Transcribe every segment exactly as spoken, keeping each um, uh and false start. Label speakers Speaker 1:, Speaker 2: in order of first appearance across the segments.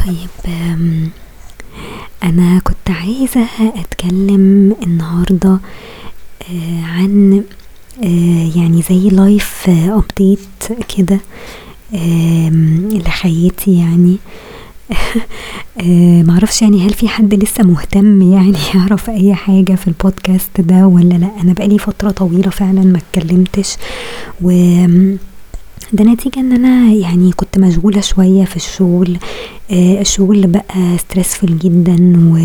Speaker 1: طيب آم، انا كنت عايزة اتكلم النهاردة آه، عن آه، يعني زي لايف ابديت كده آم، لحياتي يعني. آه، معرفش يعني هل في حد لسه مهتم يعني يعرف اي حاجة في البودكاست ده ولا لا. انا بقالي فترة طويلة فعلا ما اتكلمتش، و ده نتيجة ان انا يعني كنت مشغولة شوية في الشغل. آه، الشغل بقى ستريسفul جدا،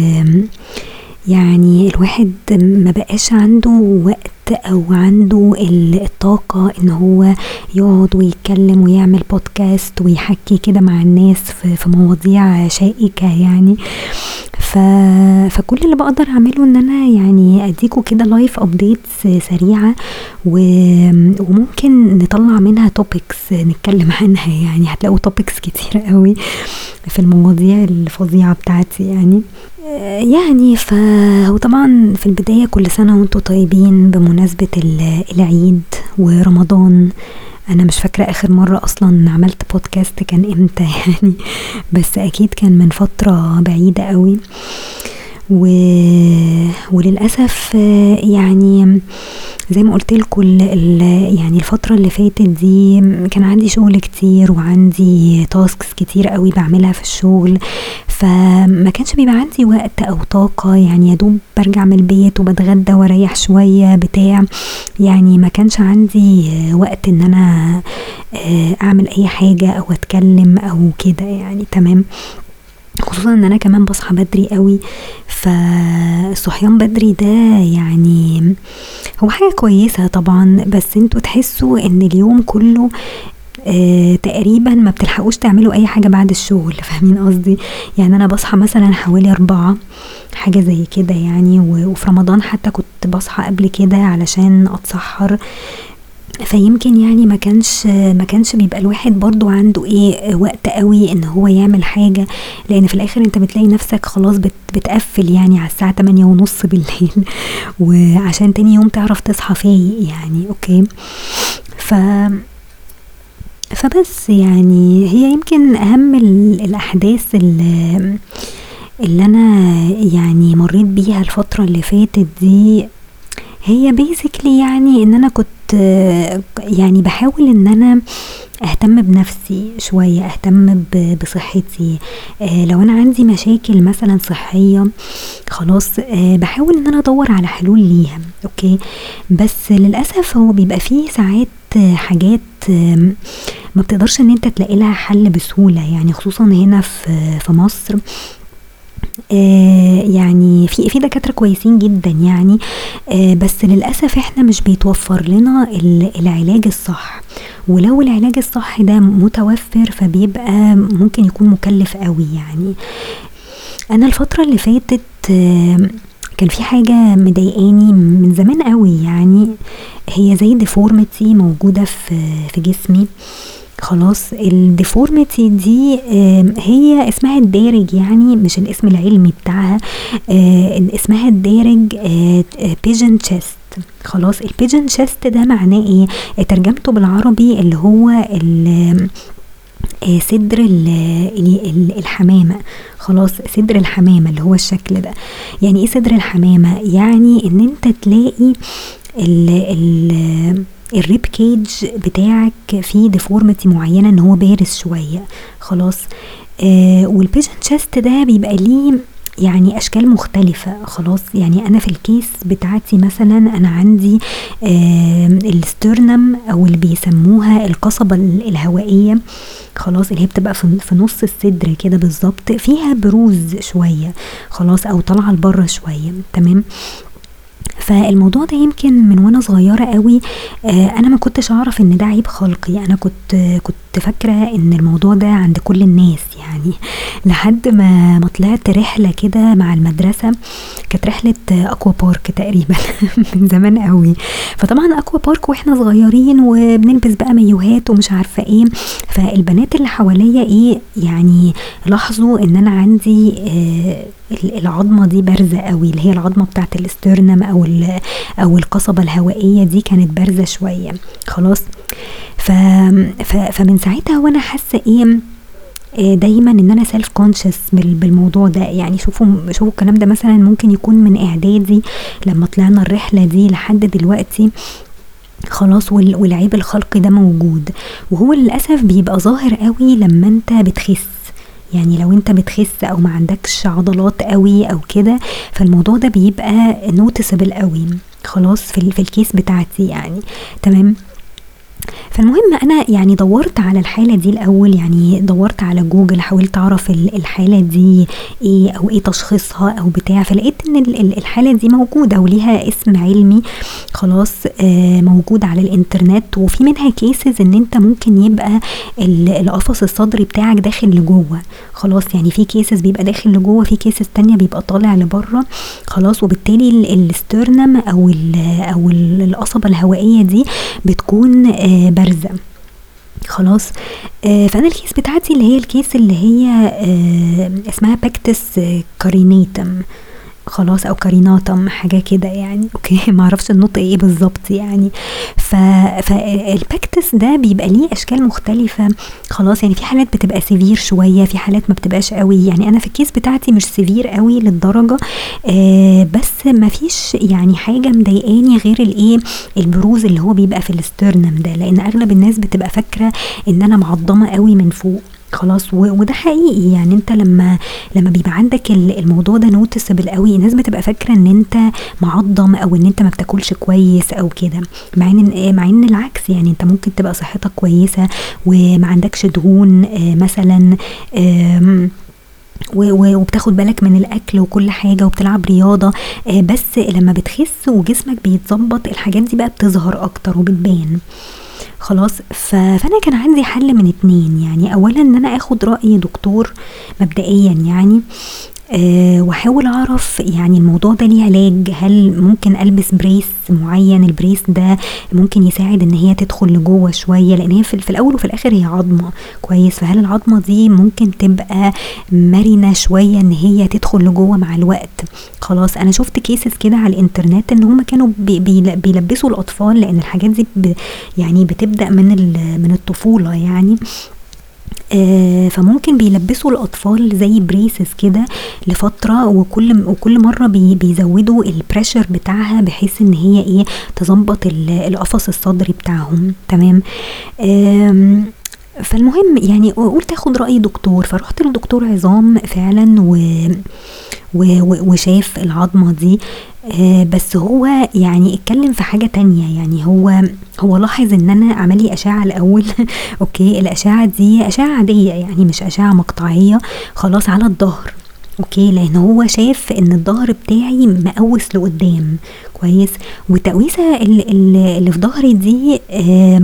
Speaker 1: ويعني الواحد ما بقاش عنده وقت او عنده ال- الطاقة ان هو يقعد ويتكلم ويعمل بودكاست ويحكي كده مع الناس في, في مواضيع شائكة يعني. ف... فكل اللي بقدر اعمله ان انا يعني اديكوا كده لايف ابديتس سريعة، و... وممكن نطلع منها توبكس نتكلم عنها. يعني هتلاقوا توبكس كتير قوي في المواضيع الفظيعة بتاعتي يعني. آه، يعني ف وطبعا في البداية كل سنة وانتوا طيبين بمناسبة ال- العيد ورمضان. انا مش فاكرة اخر مرة اصلا عملت بودكاست كان امتى يعني، بس اكيد كان من فترة بعيدة قوي. و... وللأسف آه، يعني زي ما قلت لكم يعني الفترة اللي فاتت دي كان عندي شغل كتير وعندي تاسكس كتير قوي بعملها في الشغل، فما كانش بيبقى عندي وقت او طاقة. يعني يا دوب برجع من البيت وبتغدى واريح شوية بتاع، يعني ما كانش عندي آه، وقت ان انا آه، اعمل اي حاجة او اتكلم او كده يعني. تمام. خصوصا ان انا كمان بصحى بدري قوي، فالصحيان بدري ده يعني هو حاجة كويسة طبعا، بس انتوا تحسوا ان اليوم كله آه تقريبا ما بتلحقوش تعملوا اي حاجة بعد الشغل. فاهمين قصدي؟ يعني انا بصحى مثلا حوالي اربعة حاجة زي كده يعني، و- وفي رمضان حتى كنت بصحى قبل كده علشان اتسحر. فيمكن يعني ما كانش ما كانش بيبقى الواحد برضو عنده ايه وقت قوي ان هو يعمل حاجة، لان في الاخر انت بتلاقي نفسك خلاص بت بتقفل يعني على الساعة تمانية ونص بالليل وعشان تاني يوم تعرف تصحى فايق يعني. اوكي. ف فبس يعني هي يمكن اهم ال- الاحداث اللي, اللي انا يعني مريت بيها الفترة اللي فاتت دي، هي بيسكلي يعني ان انا كنت آه، يعني بحاول ان انا اهتم بنفسي شوية، اهتم ب- بصحتي. آه، لو انا عندي مشاكل مثلا صحية خلاص آه، بحاول ان انا ادور على حلول ليها. اوكي. بس للأسف هو بيبقى فيه ساعات آه، حاجات آم، ما بتقدرش ان انت تلاقي لها حل بسهولة، يعني خصوصا هنا في في مصر. آه يعني في في دكاترة كويسين جدا يعني، آه بس للأسف احنا مش بيتوفر لنا ال- العلاج الصح. ولو العلاج الصح ده متوفر فبيبقى ممكن يكون مكلف قوي يعني. انا الفترة اللي فاتت آه كان في حاجة مضايقاني من زمان قوي يعني، هي زي ديفورميتي موجودة في في جسمي. خلاص الديفورميتي دي آم، هي اسمها الدارج يعني، مش الاسم العلمي بتاعها. آه، اسمها الدارج بيجن تشيست. خلاص البيجن تشيست ده معناه ايه؟ آه، ترجمته بالعربي اللي هو ال- آه، صدر ال- ال- ال- الحمامة. خلاص صدر الحمامة اللي هو الشكل ده. يعني ايه صدر الحمامة؟ يعني ان انت تلاقي ال ال الريب كيج بتاعك فيه ديفورميتي معينة ان هو بارز شوية. خلاص. آه والبيجن تشست ده بيبقى ليه يعني اشكال مختلفة. خلاص يعني انا في الكيس بتاعتي مثلا انا عندي آه السترنم او اللي بيسموها القصبة ال- الهوائية. خلاص اللي هي بتبقى في في نص الصدر كده بالظبط، فيها بروز شوية. خلاص او طالعة لبره شوية. تمام. فالموضوع ده يمكن من وانا صغيرة قوي آه انا ما كنتش اعرف ان ده عيب خلقي. انا كنت كنت فاكرة ان الموضوع ده عند كل الناس يعني، لحد ما ما طلعت رحلة كده مع المدرسة. كانت رحلة اكوا بارك تقريبا من زمان قوي. فطبعا اكوا بارك واحنا صغيرين وبنلبس بقى مايوهات ومش عارفة ايه، فالبنات اللي حواليا ايه يعني لاحظوا ان انا عندي آه ال- العظمة دي بارزة قوي، اللي هي العظمة بتاعت الاسترنم او ال- او القصبة الهوائية دي كانت بارزة شوية. خلاص. ف ف فمن ساعتها وانا حاسة ايه آه، دايما ان انا سيلف كونشس بالموضوع ده. يعني شوفوا شوفوا الكلام ده مثلا ممكن يكون من اعدادي لما طلعنا الرحلة دي لحد دلوقتي خلاص، والعيب الخلقي ده موجود، وهو للأسف بيبقى ظاهر قوي لما انت بتخس. يعني لو انت بتخس او ما عندكش عضلات قوي او كده، فالموضوع ده بيبقى نوتسبل قوي خلاص في, في الكيس بتاعتي يعني. تمام. فالمهم انا يعني دورت على الحالة دي الاول، يعني دورت على جوجل، حاولت اعرف الحالة دي ايه او ايه تشخيصها او بتاع، فلقيت ان الحالة دي موجودة وليها اسم علمي خلاص، آه موجود على الانترنت، وفي منها كيسز ان انت ممكن يبقى القفص الصدري بتاعك داخل لجوه خلاص. يعني في كيسز بيبقى داخل لجوه، في كيسز تانية بيبقى طالع لبره خلاص، وبالتالي الاسترنم او ال او القصبة الهوائية دي بتكون آه بارزة خلاص. آه فانا الكيس بتاعتي اللي هي الكيس اللي هي آه اسمها باكتس كارينيتم خلاص، او كاريناتم حاجه كده يعني. اوكي معرفش النطق ايه بالظبط يعني. ف فالباكتس ده بيبقى ليه اشكال مختلفه خلاص. يعني في حالات بتبقى سيفير شويه، في حالات ما بتبقاش قوي. يعني انا في الكيس بتاعتي مش سيفير قوي للدرجه، آه بس ما فيش يعني حاجه مضايقاني غير الايه البروز اللي هو بيبقى في الاسترنم ده، لان اغلب الناس بتبقى فاكره ان انا معضمه قوي من فوق خلاص. وده حقيقي يعني. انت لما لما بيبقى عندك الموضوع ده نوتسبل قوي، الناس بتبقى فاكره ان انت معضم او ان انت ما بتاكلش كويس او كده، مع ان مع ان العكس. يعني انت ممكن تبقى صحتك كويسه وما عندكش دهون مثلا، وبتاخد بالك من الاكل وكل حاجه وبتلعب رياضه، بس لما بتخس وجسمك بيتظبط الحاجات دي بقى بتظهر اكتر وبتبان خلاص. فانا كان عندي حل من اتنين. يعني اولا ان انا اخد رأي دكتور مبدئيا يعني، أه واحاول اعرف يعني الموضوع ده ليه علاج، هل ممكن البس بريس معين، البريس ده ممكن يساعد ان هي تدخل لجوه شويه، لان هي في, في الاول وفي الاخر هي عظمه كويس، فهل العظمه دي ممكن تبقى مرنه شويه ان هي تدخل لجوه مع الوقت خلاص. انا شفت كيسز كده على الانترنت ان هم كانوا بي بيلبسوا الاطفال، لان الحاجات دي يعني بتبدا من من الطفوله يعني، آه فممكن بيلبسوا الاطفال زي بريسز كده لفتره، وكل وكل مره بي بيزودوا البريشر بتاعها بحيث ان هي ايه تظبط القفص الصدري بتاعهم. تمام. آه فالمهم يعني قلت اخد راي دكتور، فرحت لدكتور عظام فعلا و وشاف العظمه دي. آه بس هو يعني اتكلم في حاجة تانية. يعني هو هو لاحظ ان انا عملي اشعة الاول اوكي، الاشعة دي اشعة عادية يعني مش اشعة مقطعية خلاص على الظهر اوكي، لان هو شاف ان الظهر بتاعي مقوس لقدام كويس، والتقويسة اللي, اللي في ظهري دي آه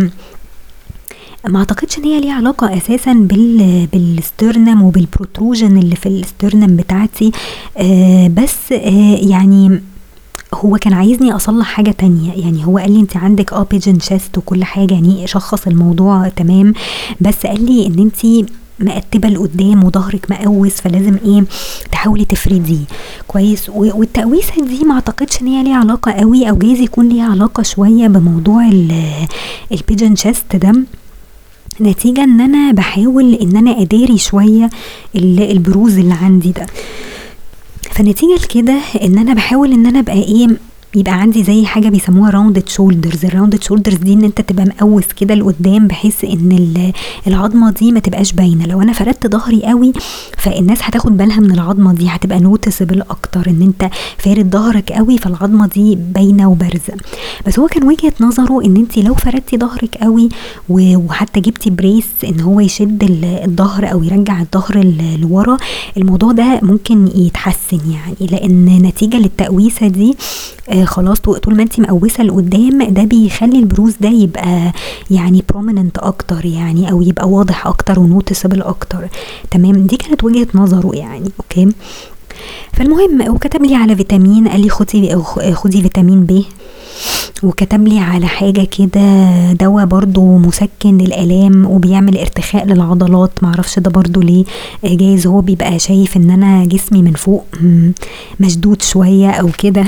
Speaker 1: ما اعتقدش ان هي ليها علاقة اساسا بال بالسترنم وبالبروتروجن اللي في السترنم بتاعتي، آه بس آه يعني هو كان عايزني اصلح حاجة تانية. يعني هو قال لي انت عندك اه بيجن شيست وكل حاجة، يعني شخص الموضوع تمام، بس قال لي ان انت مقتبة لقدام وظهرك مقوس، فلازم ايه تحاولي تفرديه كويس. والتقويسة دي ما اعتقدش ان هي ليها علاقة قوي، او جايز يكون ليها علاقة شوية بموضوع البيجن شيست ده، نتيجة ان انا بحاول ان انا اداري شوية البروز اللي عندي ده. فنتيجة لكده ان انا بحاول ان انا ابقى ايه يبقى عندي زي حاجة بيسموها راوندد شولدرز. الراوندد شولدرز دي ان انت تبقى مقوس كده لقدام بحيث ان العظمة دي ما تبقاش باينة. لو انا فردت ظهري قوي فالناس هتاخد بالها من العظمة دي، هتبقى نوتسبل اكتر ان انت فارد ظهرك قوي فالعظمة دي باينة وبارزة. بس هو كان وجهة نظره ان انت لو فردتي ظهرك قوي وحتى جبتي بريس ان هو يشد الظهر او يرجع الظهر لورا، الموضوع ده ممكن يتحسن يعني، لان نتيجة للتقويسة دي آه خلاص طول ما انت مقوسه لقدام ده بيخلي البروز ده يبقى يعني بروميننت اكتر يعني، او يبقى واضح اكتر ونوتسبل اكتر. تمام. دي كانت وجهة نظره يعني. اوكي. فالمهم وكتب لي على فيتامين، قال لي خدي خدي فيتامين ب، وكتب لي على حاجة كده دواء برضو مسكن للآلام وبيعمل ارتخاء للعضلات. معرفش ده برضو ليه، جايز هو بيبقى شايف ان انا جسمي من فوق مشدود شوية او كده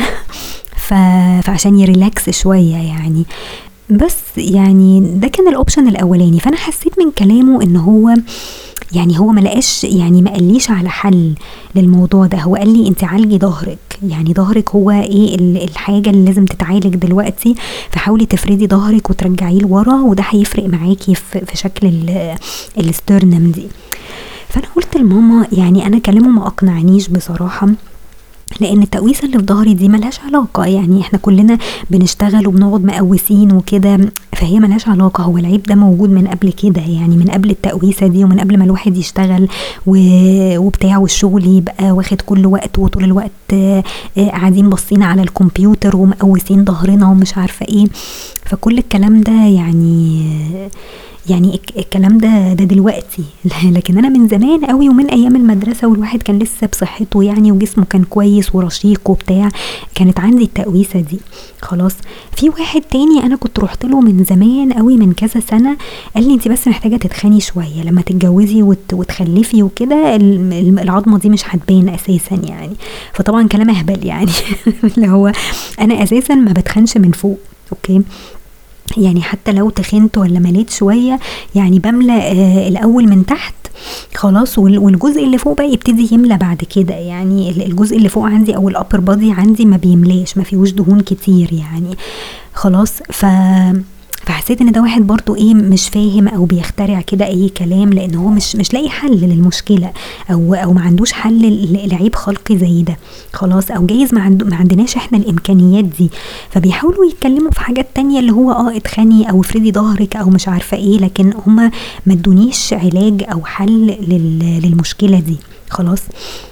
Speaker 1: فعشان يريلاكس شوية يعني. بس يعني ده كان الاوبشن الاولاني. فانا حسيت من كلامه ان هو يعني هو ما لقاش، يعني ما قاليش على حل للموضوع ده، هو قال لي انت عالجي ظهرك، يعني ظهرك هو ايه الحاجة اللي لازم تتعالج دلوقتي، فحاولي تفردي ظهرك وترجعيه لورا، وده هيفرق معاكي في في شكل الاسترنم دي. فانا قلت لماما يعني انا كلامه ما اقنعنيش بصراحة، لان التقويسه اللي في ظهري دي ملهاش علاقه، يعني احنا كلنا بنشتغل وبنقعد مقوسين وكده، فهي ملهاش علاقه، هو العيب ده موجود من قبل كده، يعني من قبل التقويسه دي ومن قبل ما الواحد يشتغل وبتاع والشغل يبقى واخد كل وقت وطول الوقت قاعدين باصين على الكمبيوتر ومقوسين ظهرنا ومش عارفه ايه. فكل الكلام ده يعني يعني الكلام ده ده دلوقتي لكن انا من زمان قوي ومن ايام المدرسه والواحد كان لسه بصحته يعني وجسمه كان كويس ورشيق وبتاع، كانت عندي التقويسه دي خلاص. في واحد تاني انا كنت رحت له من زمان قوي من كذا سنه، قال لي انت بس محتاجه تتخني شويه لما تتجوزي وت وتخلفي وكده، العظمه دي مش هتبان اساسا يعني. فطبعا كلام اهبل يعني اللي هو انا اساسا ما بتخنش من فوق، اوكي، يعني حتى لو تخنت ولا مليت شوية يعني بملى آه الأول من تحت خلاص، والجزء اللي فوق بقى يبتدي يملى بعد كده، يعني الجزء اللي فوق عندي أو الأبر بادي عندي ما بيملاش، ما فيهوش دهون كتير يعني خلاص. ف فحسيت ان ده واحد برضو ايه مش فاهم او بيخترع كده اي كلام، لان هو مش مش لاقي حل للمشكله او او ما عندوش حل لعيب خلقي زي ده خلاص، او جايز ما, عند ما عندناش احنا الامكانيات دي، فبيحاولوا يتكلموا في حاجات تانية اللي هو اه اتخني او افردي ظهرك او مش عارفه ايه، لكن هما ما ادونيش علاج او حل للمشكله دي خلاص.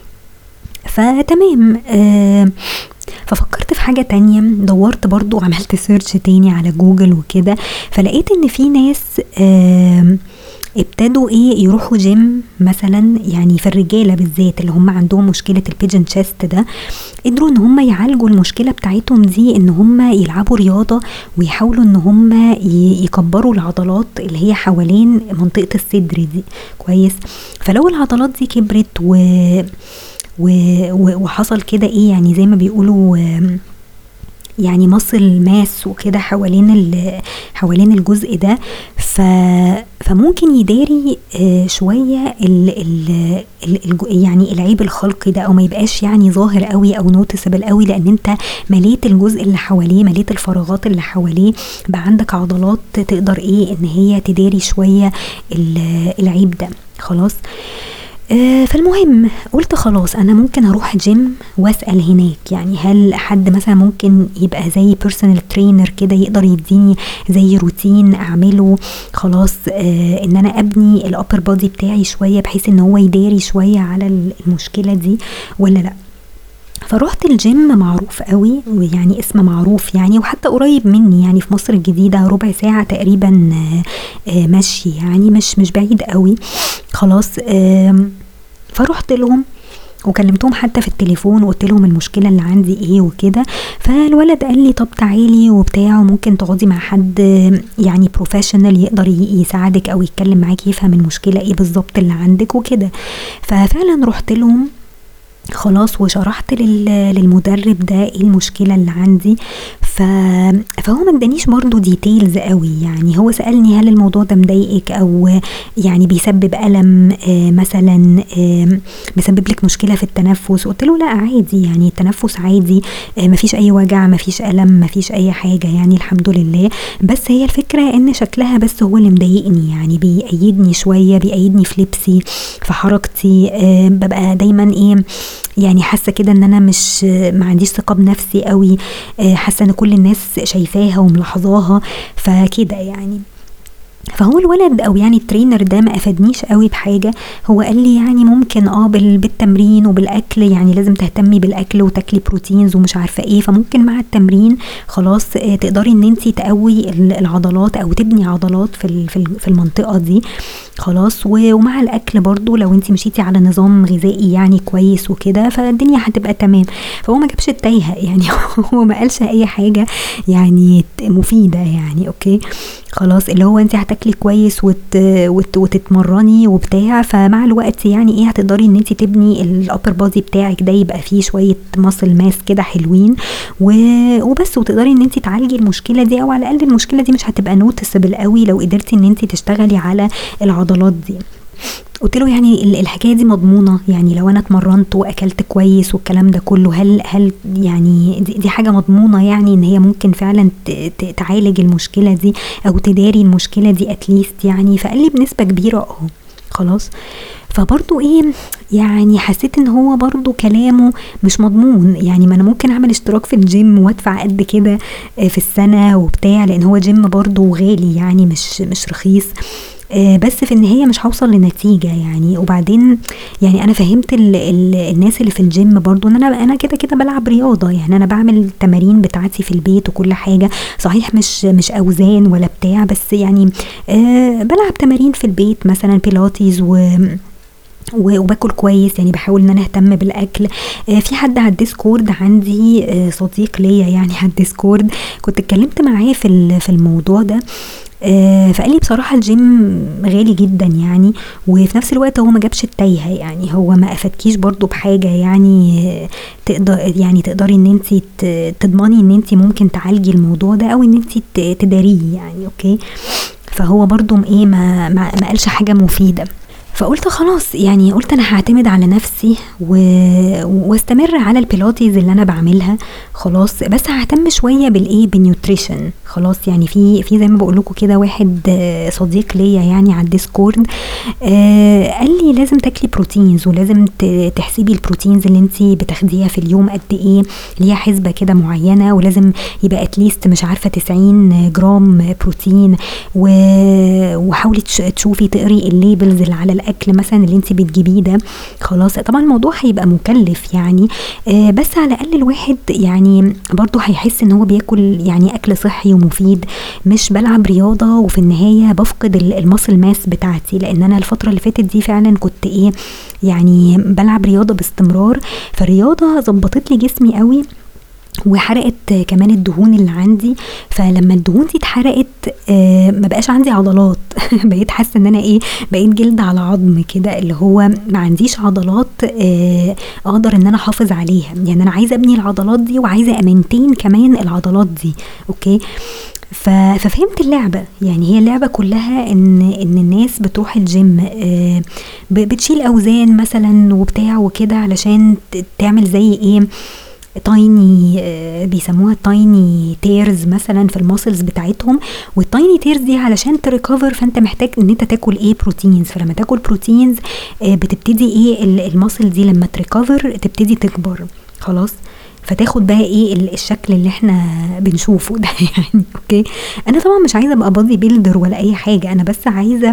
Speaker 1: فتمام آه ففكرت في حاجة تانية، دورت برضو عملت سيرش تاني على جوجل وكده، فلقيت ان في ناس آه ابتدوا ايه يروحوا جيم مثلا، يعني في الرجالة بالذات اللي هم عندهم مشكلة البيجن تشيست ده، قدروا ان هم يعالجوا المشكلة بتاعتهم دي ان هم يلعبوا رياضة ويحاولوا ان هم يكبروا العضلات اللي هي حوالين منطقة الصدر دي كويس. فلو العضلات دي كبرت و وحصل كده ايه يعني زي ما بيقولوا يعني مصل ماس وكده حوالين حوالين الجزء ده، ف فممكن يداري شويه ال ال ال يعني العيب الخلقي ده، او ما يبقاش يعني ظاهر قوي او نوتسبل قوي، لان انت مليت الجزء اللي حواليه، مليت الفراغات اللي حواليه، بقى عندك عضلات تقدر ايه ان هي تداري شويه العيب ده خلاص. آه فالمهم قلت خلاص انا ممكن اروح جيم واسأل هناك، يعني هل حد مثلا ممكن يبقى زي بيرسونال ترينر كده يقدر يديني زي روتين اعمله خلاص، آه ان انا ابني الابر بادي بتاعي شوية بحيث ان هو يداري شوية على المشكلة دي ولا لا. فروحت الجيم معروف قوي، ويعني اسم معروف يعني، وحتى قريب مني يعني في مصر الجديدة، ربع ساعة تقريبا مشي يعني، مش مش بعيد قوي خلاص. فروحت لهم وكلمتهم حتى في التليفون وقلت لهم المشكلة اللي عندي ايه وكده، فالولد قال لي طب تعالي وبتاع، وممكن تقعدي مع حد يعني بروفيشنال يقدر يساعدك او يتكلم معاكي يفهم المشكلة ايه بالظبط اللي عندك وكده. ففعلا رحت لهم خلاص وشرحت للمدرب ده ايه المشكله اللي عندي، ف... فهو ما ادانيش برضو ديتيلز قوي، يعني هو سالني هل الموضوع ده مضايقك او يعني بيسبب الم آه مثلا آه بيسبب لك مشكله في التنفس. قلت له لا عادي، يعني التنفس عادي، آه مفيش اي وجع مفيش الم مفيش اي حاجه يعني الحمد لله، بس هي الفكره ان شكلها بس هو اللي مضايقني، يعني بيأيدني شويه، بيأيدني في لبسي في حركتي، آه ببقى دايما ايه يعني حاسه كده ان انا مش ما عنديش ثقه بنفسي قوي، حاسه ان كل الناس شايفاها وملاحظاها فكده يعني. فهو الولد او يعني الترينر ده ما افادنيش قوي بحاجه، هو قال لي يعني ممكن اه بالتمرين وبالاكل، يعني لازم تهتمي بالاكل وتاكلي بروتينز ومش عارفه ايه، فممكن مع التمرين خلاص تقدري ان انت تقوي العضلات او تبني عضلات في في المنطقه دي خلاص، ومع الاكل برضو لو انت مشيتي على نظام غذائي يعني كويس وكده فالدنيا هتبقى تمام. فهو ما جابش التايهه يعني هو ما قالش اي حاجه يعني مفيده يعني اوكي خلاص، اللي هو انت هتاكلي كويس وت... وت... وتتمرني وبتاع، فمع الوقت يعني ايه هتقدري ان انت تبني الابر بادي بتاعك ده يبقى فيه شويه ماسل ماس كده حلوين و... وبس، وتقدري ان انت تعالجي المشكله دي، او على الاقل المشكله دي مش هتبقى نوتسبل قوي لو قدرتي ان انت تشتغلي على العضلات دي. قلت له يعني ال- الحكايه دي مضمونه؟ يعني لو انا اتمرنت واكلت كويس والكلام ده كله، هل هل يعني دي, دي حاجه مضمونه؟ يعني ان هي ممكن فعلا ت- ت- تعالج المشكله دي او تداري المشكله دي اتليست يعني. فقال لي بنسبه كبيره اه. خلاص. فبرضو ايه، يعني حسيت ان هو برضو كلامه مش مضمون. يعني ما انا ممكن اعمل اشتراك في الجيم وادفع قد كده آه، في السنة وبتاع، لان هو جيم برضو غالي يعني، مش مش رخيص. آه، بس في النهاية مش هوصل لنتيجة يعني. وبعدين يعني انا فهمت ال ال الناس اللي في الجيم برضو ان انا انا كده كده بلعب رياضة. يعني انا بعمل التمارين بتاعتي في البيت وكل حاجة، صحيح مش مش اوزان ولا بتاع، بس يعني آه بلعب تمارين في البيت مثلا بيلاتيز و و- وباكل كويس. يعني بحاول ان انا اهتم بالاكل. آه، في حد على الديسكورد عندي، آه، صديق ليا يعني على الديسكورد، كنت اتكلمت معاه في ال- في الموضوع ده. آه، فقال لي بصراحة الجيم غالي جدا يعني، وفي نفس الوقت هو ما جابش التايهة. يعني هو ما افادكيش برضو بحاجة يعني آه، تقدر يعني تقدري ان انت تضمني ان انت ممكن تعالجي الموضوع ده او ان انت تداريه يعني. اوكي. فهو برضو م- ايه ما ما ما قالش حاجة مفيدة. فقلت خلاص يعني، قلت انا هعتمد على نفسي و... واستمر على البيلاتيز اللي انا بعملها. خلاص. بس ههتم شويه بالايه، بالنيوتريشن. خلاص. يعني في في زي ما بقول لكم كده واحد آه، صديق ليا يعني على الديسكورد، آه قال لي لازم تاكلي بروتينز، ولازم ت- تحسبي البروتينز اللي انت بتاخديها في اليوم قد ايه، ليها حسبه كده معينه، ولازم يبقى اتليست مش عارفه تسعين جرام بروتين. و- وحاولي تش- تشوفي تقري الليبلز اللي على الاكل مثلا اللي انت بتجيبيه ده. خلاص. طبعا الموضوع هيبقى مكلف يعني، آه بس على الاقل الواحد يعني برضو هيحس ان هو بياكل يعني اكل صحي ومفيد، مش بلعب رياضه وفي النهايه بفقد المصل ماس بتاعتي. لان انا الفتره اللي فاتت دي فعلا كنت ايه، يعني بلعب رياضه باستمرار. فالرياضه ظبطت لي جسمي قوي وحرقت كمان الدهون اللي عندي. فلما الدهون دي اتحرقت آه ما بقاش عندي عضلات. بقيت حاسه ان انا ايه، بقيت جلد على عظم كده، اللي هو ما عنديش عضلات آه اقدر ان انا احافظ عليها. يعني انا عايزه ابني العضلات دي وعايزه امنتين كمان العضلات دي. اوكي. ف- ففهمت اللعبة. يعني هي اللعبة كلها ان ان الناس بتروح الجيم آه، ب- بتشيل اوزان مثلا وبتاع وكده علشان ت- تعمل زي ايه، تايني، بيسموها تايني تيرز مثلا في الماسلز بتاعتهم. والتايني تيرز دي علشان تريكفر فانت محتاج ان انت تاكل ايه، بروتينز. فلما تاكل بروتينز آه، بتبتدي ايه ال- الماسل دي لما تريكفر تبتدي تكبر. خلاص. فتاخد بقى ايه ال- الشكل اللي احنا بنشوفه ده. يعني اوكي. انا طبعا مش عايزه ابقى بادي بيلدر ولا اي حاجه، انا بس عايزه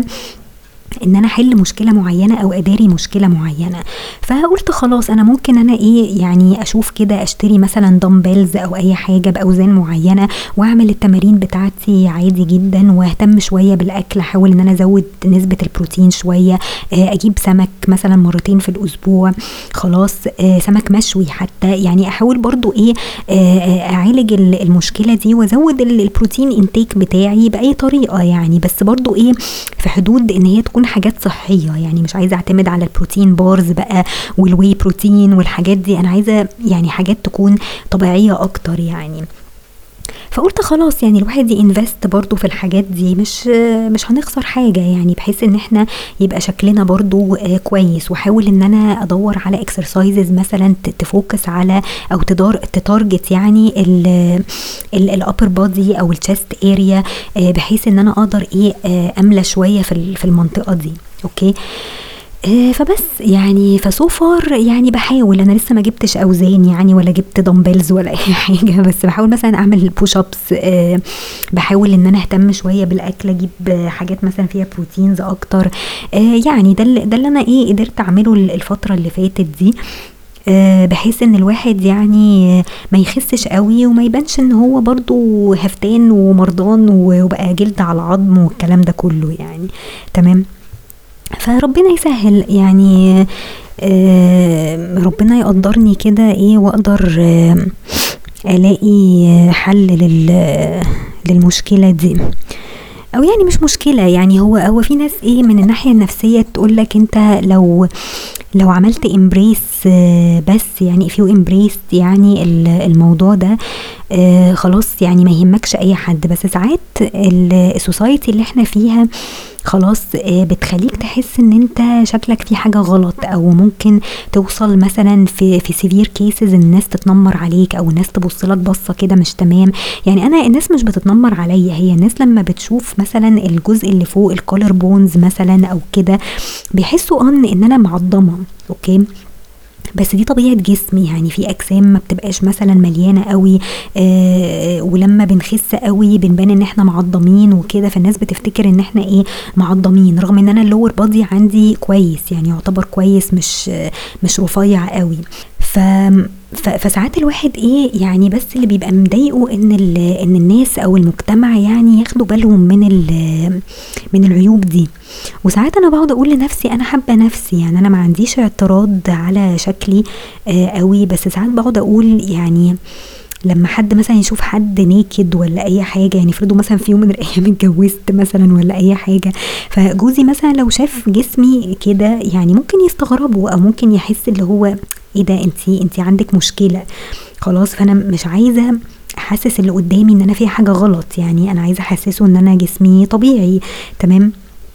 Speaker 1: ان انا احل مشكله معينه او اداري مشكله معينه. فقلت خلاص انا ممكن انا ايه يعني اشوف كده اشتري مثلا دمبلز او اي حاجه باوزان معينه واعمل التمارين بتاعتي عادي جدا، واهتم شويه بالاكل، احاول ان انا ازود نسبه البروتين شويه. آه، اجيب سمك مثلا مرتين في الاسبوع. خلاص. آه، سمك مشوي حتى. يعني احاول برضو ايه آه، آه، اعالج ال- المشكله دي وازود ال- البروتين انتيك بتاعي باي طريقه يعني. بس برضو ايه، في حدود ان هي تكون حاجات صحيه. يعني مش عايزه اعتمد على البروتين بارز بقى والواي بروتين والحاجات دي. انا عايزه يعني حاجات تكون طبيعيه اكتر يعني. فقلت خلاص يعني الواحد ينفست برضو في الحاجات دي، مش مش هنخسر حاجة يعني، بحيث ان احنا يبقى شكلنا برضو آه، كويس. واحاول ان انا ادور على اكسرسايزز مثلا ت- تفوكس على او تدار تتارجت يعني الابر بادي او الشست اريا، بحيث ان انا اقدر ايه آه، املى شوية في ال- في المنطقة دي. اوكي. آه، فبس يعني فسو فار يعني بحاول. انا لسه ما جبتش اوزان يعني ولا جبت دمبلز ولا اي حاجه، بس بحاول مثلا اعمل بوش ابس. أه بحاول ان انا اهتم شويه بالاكل، اجيب آه، حاجات مثلا فيها بروتينز اكتر. أه يعني ده اللي ده اللي انا ايه قدرت اعمله الفتره اللي فاتت دي. أه بحيث ان الواحد يعني آه، ما يخسش قوي وما يبانش ان هو برضو هفتان ومرضان وبقى جلد على عظم والكلام ده كله يعني. تمام. فربنا يسهل يعني. آه، ربنا يقدرني كده ايه واقدر آه، الاقي حل لل للمشكلة دي. او يعني مش مشكلة يعني، هو هو في ناس ايه من الناحية النفسية تقولك انت لو لو عملت امبريس آه بس يعني if you embraced يعني الموضوع ده آه خلاص يعني ما يهمكش اي حد. بس ساعات السوسايتي اللي احنا فيها خلاص بتخليك تحس ان انت شكلك في حاجة غلط، او ممكن توصل مثلا في في سيفير كيسز الناس تتنمر عليك، او الناس تبص لك بصة كده مش تمام. يعني انا الناس مش بتتنمر عليا، هي الناس لما بتشوف مثلا الجزء اللي فوق الكولر بونز مثلا او كده بيحسوا ان ان انا معضمة. اوكي، بس دي طبيعة جسمي، يعني في اجسام ما بتبقاش مثلا مليانة قوي آه ولما بنخس قوي بنبان ان احنا معضمين وكده، فالناس بتفتكر ان احنا ايه معضمين، رغم ان انا اللور بادي عندي كويس، يعني يعتبر كويس، مش مش رفيع قوي. ف فساعات الواحد ايه يعني بس اللي بيبقى مضايقه ان ان الناس او المجتمع يعني ياخدوا بالهم من من العيوب دي. وساعات انا بقعد اقول لنفسي انا حابه نفسي، يعني انا ما عنديش اعتراض على شكلي آه قوي، بس ساعات بقعد اقول يعني لما حد مثلا يشوف حد نيكد ولا اي حاجه، يعني افرضوا مثلا في يوم من الايام اتجوزت مثلا ولا اي حاجه، فجوزي مثلا لو شاف جسمي كده يعني ممكن يستغربوا، او ممكن يحس اللي هو ايه ده انتي انتي عندك مشكله خلاص. فانا مش عايزه احسس اللي قدامي ان انا في حاجه غلط، يعني انا عايزه احسسه ان انا جسمي طبيعي تمام.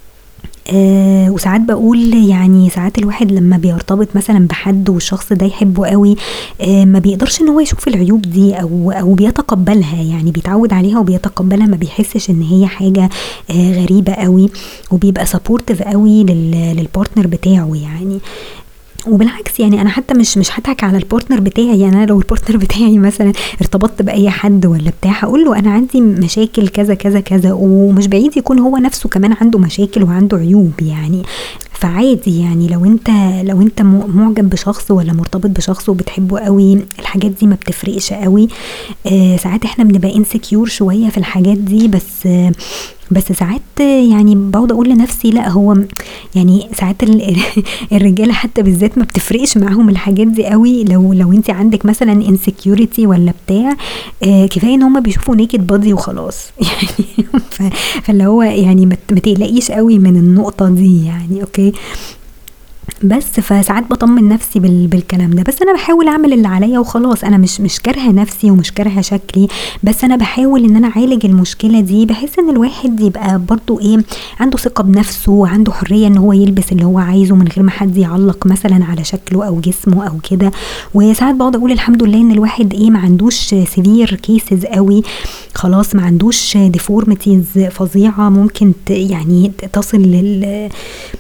Speaker 1: آه وساعات بقول يعني ساعات الواحد لما بيرتبط مثلا بحد والشخص ده يحبه قوي آه ما بيقدرش ان هو يشوف العيوب دي او او بيتقبلها، يعني بيتعود عليها وبيتقبلها، ما بيحسش ان هي حاجه آه غريبه قوي، وبيبقى سبورتيف قوي للبارتنر بتاعه يعني. وبالعكس يعني انا حتى مش مش هضحك على البارتنر بتاعي، يعني انا لو البارتنر بتاعي مثلا ارتبطت باي حد ولا بتاع هقول له انا عندي مشاكل كذا كذا كذا، ومش بعيد يكون هو نفسه كمان عنده مشاكل وعنده عيوب يعني. فعادي يعني لو انت لو انت معجب بشخص ولا مرتبط بشخص وبتحبه قوي، الحاجات دي ما بتفرقش قوي. آه ساعات احنا بنبقى انسكيور شويه في الحاجات دي، بس آه بس ساعات يعني بقعد اقول لنفسي لا هو يعني ساعات الرجاله حتى بالذات ما بتفرقش معاهم الحاجات دي قوي. لو لو انت عندك مثلا انسكيورتي ولا بتاع آه كفايه ان هم بيشوفوا نيكد بادي وخلاص يعني فاللي هو يعني ما تقلقيش قوي من النقطه دي يعني. اوكي، بس فساعات بطمن نفسي بالكلام ده، بس انا بحاول اعمل اللي عليا وخلاص. انا مش مش كارهه نفسي ومش كارهه شكلي، بس انا بحاول ان انا اعالج المشكله دي بحيث ان الواحد يبقى برضو ايه عنده ثقه بنفسه وعنده حريه ان هو يلبس اللي هو عايزه من غير ما حد يعلق مثلا على شكله او جسمه او كده. وساعات بقعد اقول الحمد لله ان الواحد ايه ما عندوش سيفير كيسز قوي خلاص، ما عندوش ديفورميتيز فظيعه ممكن يعني تصل لل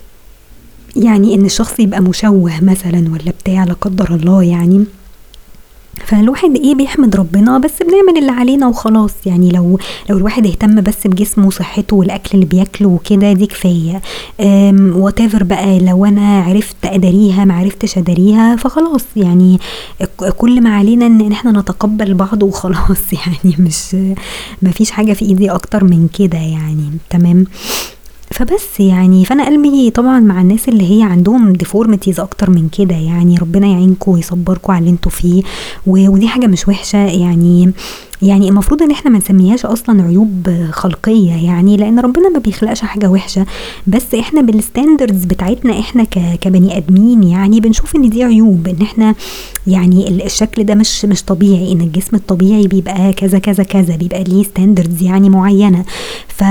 Speaker 1: يعني ان الشخص يبقى مشوه مثلا ولا بتاع لا قدر الله يعني. فالواحد ايه بيحمد ربنا، بس بنعمل اللي علينا وخلاص. يعني لو لو الواحد اهتم بس بجسمه وصحته والاكل اللي بياكله وكده دي كفايه. واتيفر بقى لو انا عرفت اداريها ما عرفتش اداريها فخلاص، يعني كل ما علينا ان احنا نتقبل بعض وخلاص يعني مش ما فيش حاجه في ايدي اكتر من كده يعني. تمام، فبس يعني فانا قلبي طبعا مع الناس اللي هي عندهم ديفورميتيز اكتر من كده، يعني ربنا يعينكم ويصبركم على اللي انتوا فيه، ودي حاجه مش وحشه يعني. يعني المفروض ان احنا ما نسميهاش اصلا عيوب خلقيه، يعني لان ربنا ما بيخلقش حاجه وحشه، بس احنا بالستاندردز بتاعتنا احنا كبني ادمين يعني بنشوف ان دي عيوب، ان احنا يعني الشكل ده مش مش طبيعي، ان الجسم الطبيعي بيبقى كذا كذا كذا، بيبقى ليه ستاندردز يعني معينه. ف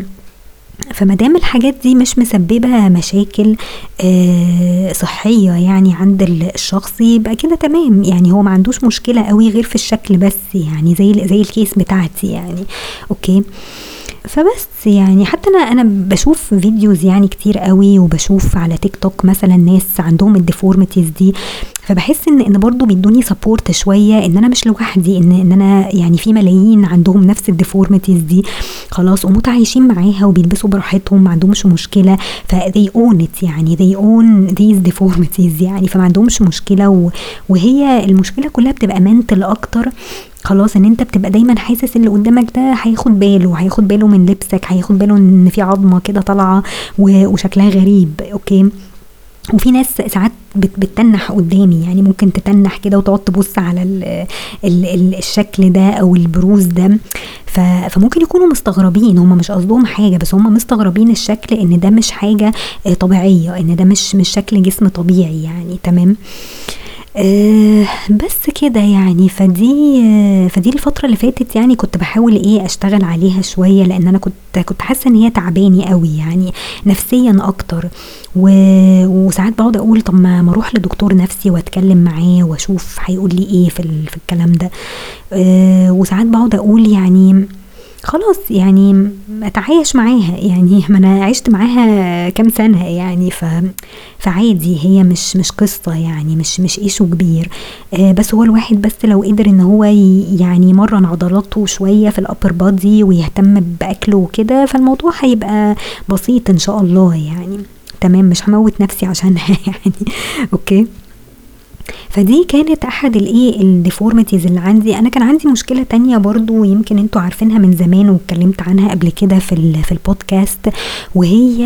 Speaker 1: فمادام الحاجات دي مش مسببة مشاكل آه صحية يعني عند الشخص يبقى كده تمام، يعني هو ما عندوش مشكلة قوي غير في الشكل بس، يعني زي زي الكيس بتاعتي يعني. اوكي، فبس يعني حتى انا انا بشوف فيديوز يعني كتير قوي، وبشوف على تيك توك مثلا ناس عندهم الديفورميتيز دي، فبحس ان ان برضو بيدوني سبورت شويه ان انا مش لوحدي، ان ان انا يعني في ملايين عندهم نفس الديفورميتيز دي خلاص ومتعايشين معاها وبيلبسوا براحتهم ما عندهمش مشكله. ف they own it يعني they own these deformities يعني، فما عندهمش مشكله. وهي المشكله كلها بتبقى منتل اكتر خلاص، ان انت بتبقى دايما حاسس اللي قدامك ده هياخد باله هياخد باله من لبسك، هياخد باله ان في عظمه كده طالعه وشكلها غريب. اوكي، وفي ناس ساعات بتتنح قدامي، يعني ممكن تتنح كده وتقعد تبص على ال ال ال الشكل ده او البروز ده، فممكن يكونوا مستغربين، هم مش قصدهم حاجه بس هم مستغربين الشكل، ان ده مش حاجه طبيعيه، ان ده مش مش شكل جسم طبيعي يعني. تمام، آه بس كده يعني. فدي آه فدي الفترة اللي فاتت يعني كنت بحاول ايه اشتغل عليها شوية، لان انا كنت كنت حاسة ان هي تعباني قوي يعني نفسيا اكتر. و- وساعات بقعد اقول طب ما ما اروح لدكتور نفسي واتكلم معاه واشوف هيقول لي ايه في ال- في الكلام ده. آه وساعات بقعد اقول يعني خلاص يعني اتعايش معاها، يعني ما انا عشت معاها كام سنة يعني. ف فعادي، هي مش مش قصة يعني، مش مش ايشو كبير. آه بس هو الواحد بس لو قدر ان هو ي- يعني يمرن عضلاته شوية في الابر بادي ويهتم باكله وكده، فالموضوع هيبقى بسيط ان شاء الله يعني. تمام، مش هموت نفسي عشانها يعني. اوكي. فدي كانت احد الايه الديفورميتيز اللي عندي. انا كان عندي مشكله تانية برضو، يمكن انتوا عارفينها من زمان واتكلمت عنها قبل كده في ال- في البودكاست، وهي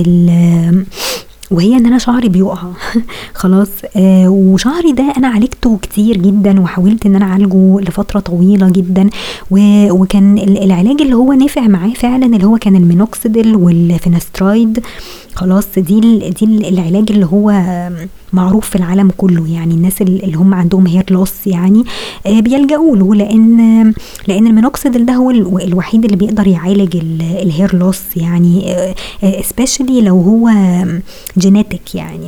Speaker 1: ال وهي ان انا شعري بيقع. خلاص. آه وشعري ده انا عالجته كتير جدا، وحاولت ان انا اعالجه لفتره طويله جدا. و- وكان ال- العلاج اللي هو نافع معاه فعلا اللي هو كان المينوكسيديل والفينسترايد. خلاص. دي ال- دي ال- العلاج اللي هو معروف في العالم كله، يعني الناس ال- اللي هم عندهم هير لوس يعني آه بيلجأوا له، لان لان المينوكسيديل ده هو ال- الوحيد اللي بيقدر يعالج ال- الهير لوس يعني، سبيشالي لو هو جينيتك يعني.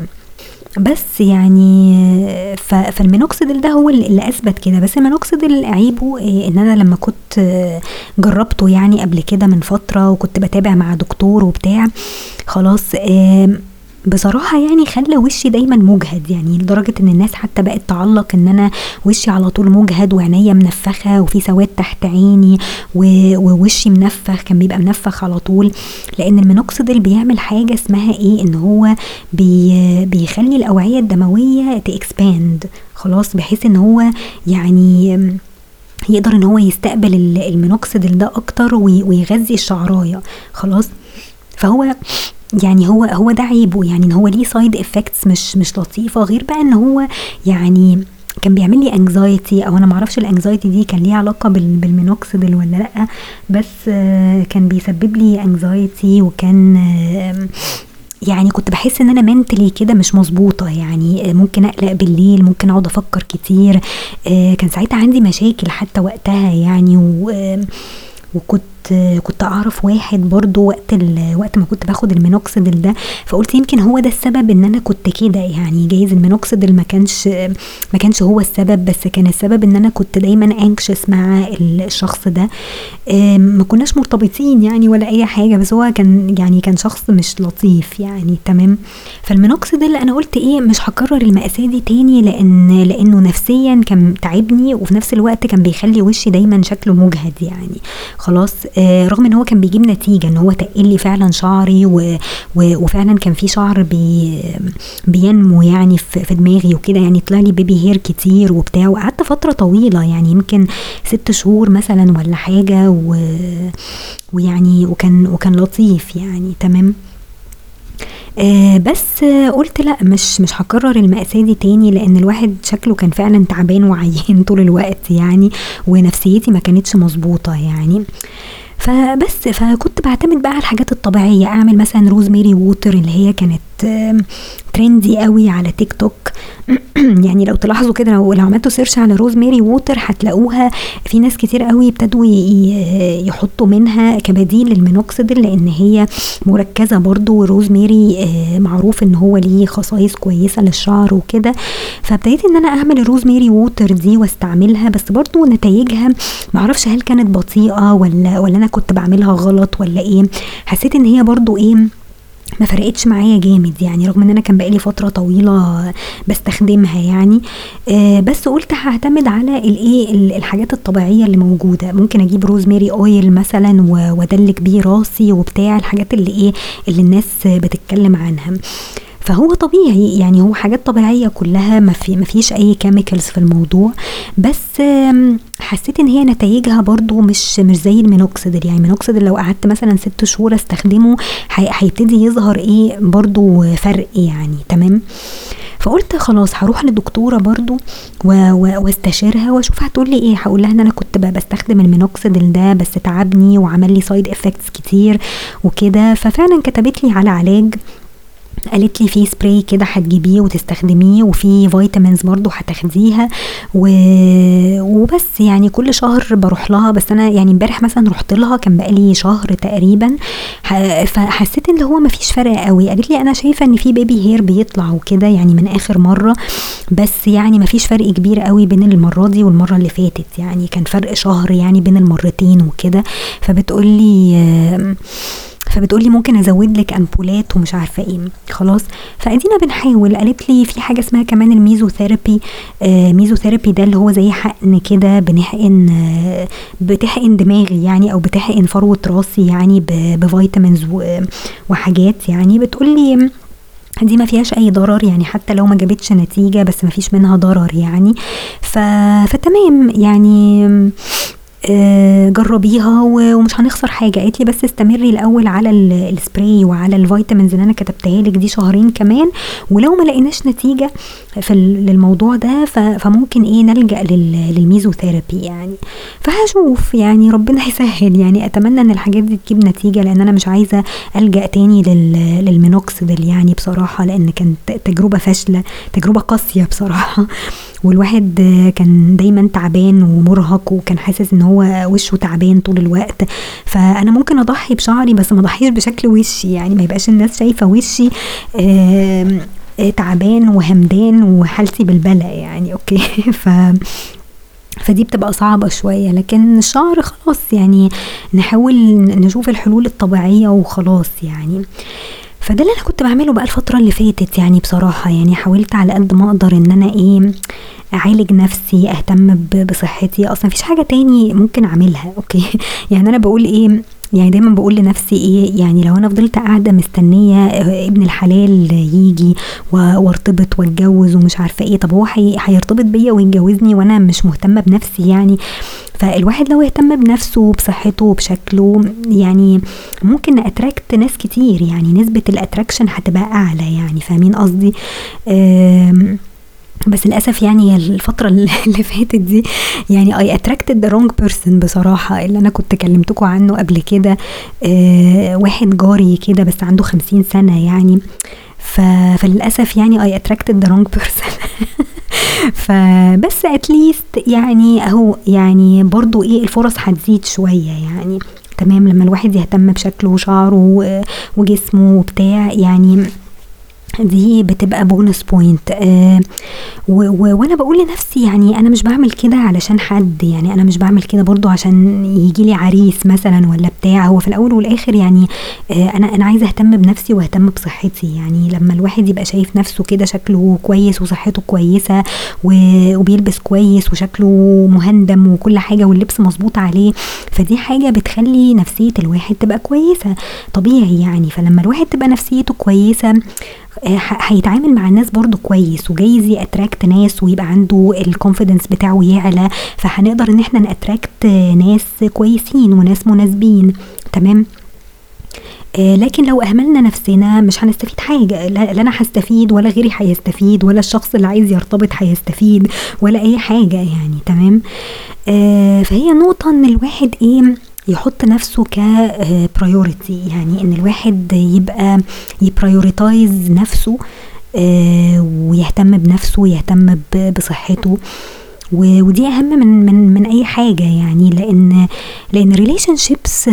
Speaker 1: بس يعني ف- فالمينوكسيديل ده هو اللي اثبت كده. بس المينوكسيديل عيبه إيه، ان انا لما كنت آه، جربته يعني قبل كده من فتره، وكنت بتابع مع دكتور وبتاع. خلاص. آم، بصراحة يعني خلى وشي دايما مجهد، يعني لدرجة ان الناس حتى بقت تعلق ان انا وشي على طول مجهد وعينيا منفخة وفي سواد تحت عيني و- ووشي منفخ، كان بيبقى منفخ على طول. لان المينوكسيديل بيعمل حاجة اسمها ايه، ان هو بي بيخلي الاوعية الدموية تاكسباند. خلاص. بحيث ان هو يعني يقدر ان هو يستقبل ال- المينوكسيديل ده اكتر وي- ويغذي الشعرايه. خلاص. فهو يعني هو هو ده عيبه، يعني ان هو ليه سايد افكتس مش مش لطيفه، غير بقى ان هو يعني كان بيعمل لي انكزايتي، او انا معرفش الانكزايتي دي كان ليها علاقه بال- بالمينوكسيديل ولا لا. بس آه، كان بيسبب لي انكزايتي، وكان آه، يعني كنت بحس ان انا منتلي كده مش مظبوطه، يعني ممكن اقلق بالليل، ممكن اقعد افكر كتير. آه، كان ساعتها عندي مشاكل حتى وقتها يعني. و وكنت كنت اعرف واحد برضو وقت ال... وقت ما كنت باخد المينوكسيديل ده، فقلت يمكن هو ده السبب ان انا كنت كده يعني. جايز المينوكسيديل ما كانش ما كانش هو السبب، بس كان السبب ان انا كنت دايما انكشس مع الشخص ده. آم، ما كناش مرتبطين يعني ولا اي حاجه، بس هو كان يعني كان شخص مش لطيف يعني. تمام. فالمينوكسيديل انا قلت ايه، مش هكرر المأساة دي تاني، لان لانه نفسيا كان تعبني، وفي نفس الوقت كان بيخلي وشي دايما شكله مجهد يعني. خلاص. آه رغم ان هو كان بيجيب نتيجه، ان هو تقل لي فعلا شعري، و و وفعلا كان في شعر بي بينمو يعني في, في دماغي وكده، يعني طلع لي بيبي هير كتير وبتاع. وقعدت فتره طويله يعني يمكن ست شهور مثلا ولا حاجه. و ويعني وكان وكان لطيف يعني. تمام. آه بس آه قلت لا، مش مش هكرر المأساة دي تاني، لان الواحد شكله كان فعلا تعبان وعيان طول الوقت يعني، ونفسيتي ما كانتش مظبوطة يعني. فبس فكنت بعتمد بقى على الحاجات الطبيعية، اعمل مثلا روزميري ووتر اللي هي كانت آم، ترندي قوي على تيك توك. يعني لو تلاحظوا كده، لو لو عملتوا سيرش على روزميري ووتر هتلاقوها في ناس كتير قوي ابتدوا ي- ي- يحطوا منها كبديل للمينوكسيديل، لان هي مركزة برضو. وروزميري آه، معروف ان هو ليه خصائص كويسة للشعر وكده. فابتديت ان انا اعمل الروزميري ووتر دي واستعملها، بس برضو نتائجها معرفش هل كانت بطيئة ولا ولا انا كنت بعملها غلط ولا ايه. حسيت ان هي برضو ايه، ما فرقتش معايا جامد يعني، رغم ان انا كان بقالي فتره طويله بستخدمها يعني. آه بس قلت هعتمد على الايه ال- الحاجات الطبيعيه اللي موجوده. ممكن اجيب روزميري اويل مثلا و- وادلك بيه راسي وبتاع، الحاجات اللي ايه اللي الناس بتتكلم عنها. فهو طبيعي يعني، هو حاجات طبيعية كلها، ما في ما فيش اي كيميكالز في الموضوع. بس آم، حسيت ان هي نتائجها برضو مش مش زي المينوكسيديل. يعني المينوكسيديل لو قعدت مثلا ست شهور استخدمه هي- هيبتدي يظهر ايه برضو فرق يعني. تمام. فقلت خلاص هروح لدكتوره برضو و- و- واستشيرها واشوف هتقول لي ايه. هقول لها ان انا كنت ب- بستخدم المينوكسيديل ده بس تعبني وعمل لي سايد افكتس كتير وكده. ففعلا كتبت لي على علاج قالت لي في سبراي كده هتجيبيه وتستخدميه، وفي فيتامينز برضو هتاخديها و... وبس. يعني كل شهر بروح لها، بس انا يعني امبارح مثلا رحت لها كان بقالي شهر تقريبا، ح... فحسيت ان هو مفيش فرق قوي. قالت لي انا شايفه ان في بيبي هير بيطلع وكده يعني من اخر مره، بس يعني مفيش فرق كبير قوي بين المره دي والمره اللي فاتت، يعني كان فرق شهر يعني بين المرتين وكده. فبتقول لي فبتقولي ممكن ازود لك امبولات ومش عارفه ايه. خلاص فادينا بنحاول. قالت لي في حاجه اسمها كمان الميزوثيرابي. آه ميزوثيرابي ده اللي هو زي حقن كده، بنحقن آه بتحقن دماغي يعني، او بتحقن فروه راسي يعني بفيتامينز وحاجات يعني. بتقولي دي ما فيهاش اي ضرر يعني، حتى لو ما جابتش نتيجه بس ما فيش منها ضرر يعني. ف... فتمام يعني جربيها ومش هنخسر حاجه. قالت لي بس استمري الاول على السبراي وعلى الفيتامينز اللي انا كتبتها لك دي شهرين كمان، ولو ما لقيناش نتيجه في الموضوع ده فممكن ايه نلجا للميزوثيرابي يعني. فهشوف يعني ربنا يسهل يعني. اتمنى ان الحاجات دي تجيب نتيجه، لان انا مش عايزه الجا تاني للمينوكسيديل يعني بصراحه، لان كانت تجربه فاشله، تجربه قاسيه بصراحه. والواحد كان دايما تعبان ومرهق، وكان حاسس ان هو وشه تعبان طول الوقت. فانا ممكن اضحي بشعري بس ما اضحيش بشكل وشي يعني، ما يبقاش الناس شايفه وشي تعبان وهمدان وحالتي بالبلة يعني. اوكي ف فدي بتبقى صعبة شوية، لكن الشعر خلاص يعني نحاول نشوف الحلول الطبيعية وخلاص يعني. فده اللي انا كنت بعمله بقى الفترة اللي فاتت يعني بصراحة. يعني حاولت على قد ما اقدر ان انا ايه اعالج نفسي، اهتم بصحتي. اصلا مفيش حاجة تاني ممكن اعملها. اوكي يعني انا بقول ايه، يعني دايما بقول لنفسي ايه، يعني لو انا فضلت قاعده مستنيه ابن الحلال يجي وارتبط واتجوز ومش عارفه ايه، طب هو هيرتبط بيا ويتجوزني وانا مش مهتمه بنفسي يعني. فالواحد لو اهتم بنفسه وبصحته وبشكله يعني ممكن اتراكت ناس كتير، يعني نسبه الاتراكشن هتبقى اعلى يعني. فاهمين قصدي؟ بس للأسف يعني الفترة اللي فاتت دي يعني I attracted the wrong person بصراحة. اللي أنا كنت كلمتكم عنه قبل كده، آه واحد جاري كده بس عنده خمسين سنة يعني. فللأسف يعني I attracted the wrong person. فبس at least يعني أهو يعني برضو إيه الفرص هتزيد شوية يعني. تمام لما الواحد يهتم بشكله وشعره وجسمه وبتاع يعني، دي بتبقى بونس بوينت. آه وانا بقول لنفسي يعني انا مش بعمل كده علشان حد، يعني انا مش بعمل كده برضو عشان يجي لي عريس مثلا ولا بتاع. هو في الاول والاخر يعني آه انا انا عايزه اهتم بنفسي واهتم بصحتي يعني. لما الواحد يبقى شايف نفسه كده شكله كويس وصحته كويسه وبيلبس كويس وشكله مهندم وكل حاجه واللبس مظبوط عليه، فدي حاجه بتخلي نفسيه الواحد تبقى كويسه طبيعي يعني. فلما الواحد تبقى نفسيته كويسه هيتعامل مع الناس برضو كويس، وجايز يأتراكت ناس ويبقى عنده الكونفيدنس بتاعه يعلى، فهنقدر ان احنا نأتراكت ناس كويسين وناس مناسبين. تمام. آه لكن لو اهملنا نفسنا مش هنستفيد حاجة، لا انا هستفيد ولا غيري هيستفيد ولا الشخص اللي عايز يرتبط هيستفيد ولا اي حاجة يعني. تمام. آه فهي نقطة ان الواحد ايه يحط نفسه كبرايورتي، يعني ان الواحد يبقى يبرايورتايز نفسه ويهتم بنفسه ويهتم بصحته، ودي اهم من من من اي حاجه يعني. لان لان ريليشن شيبس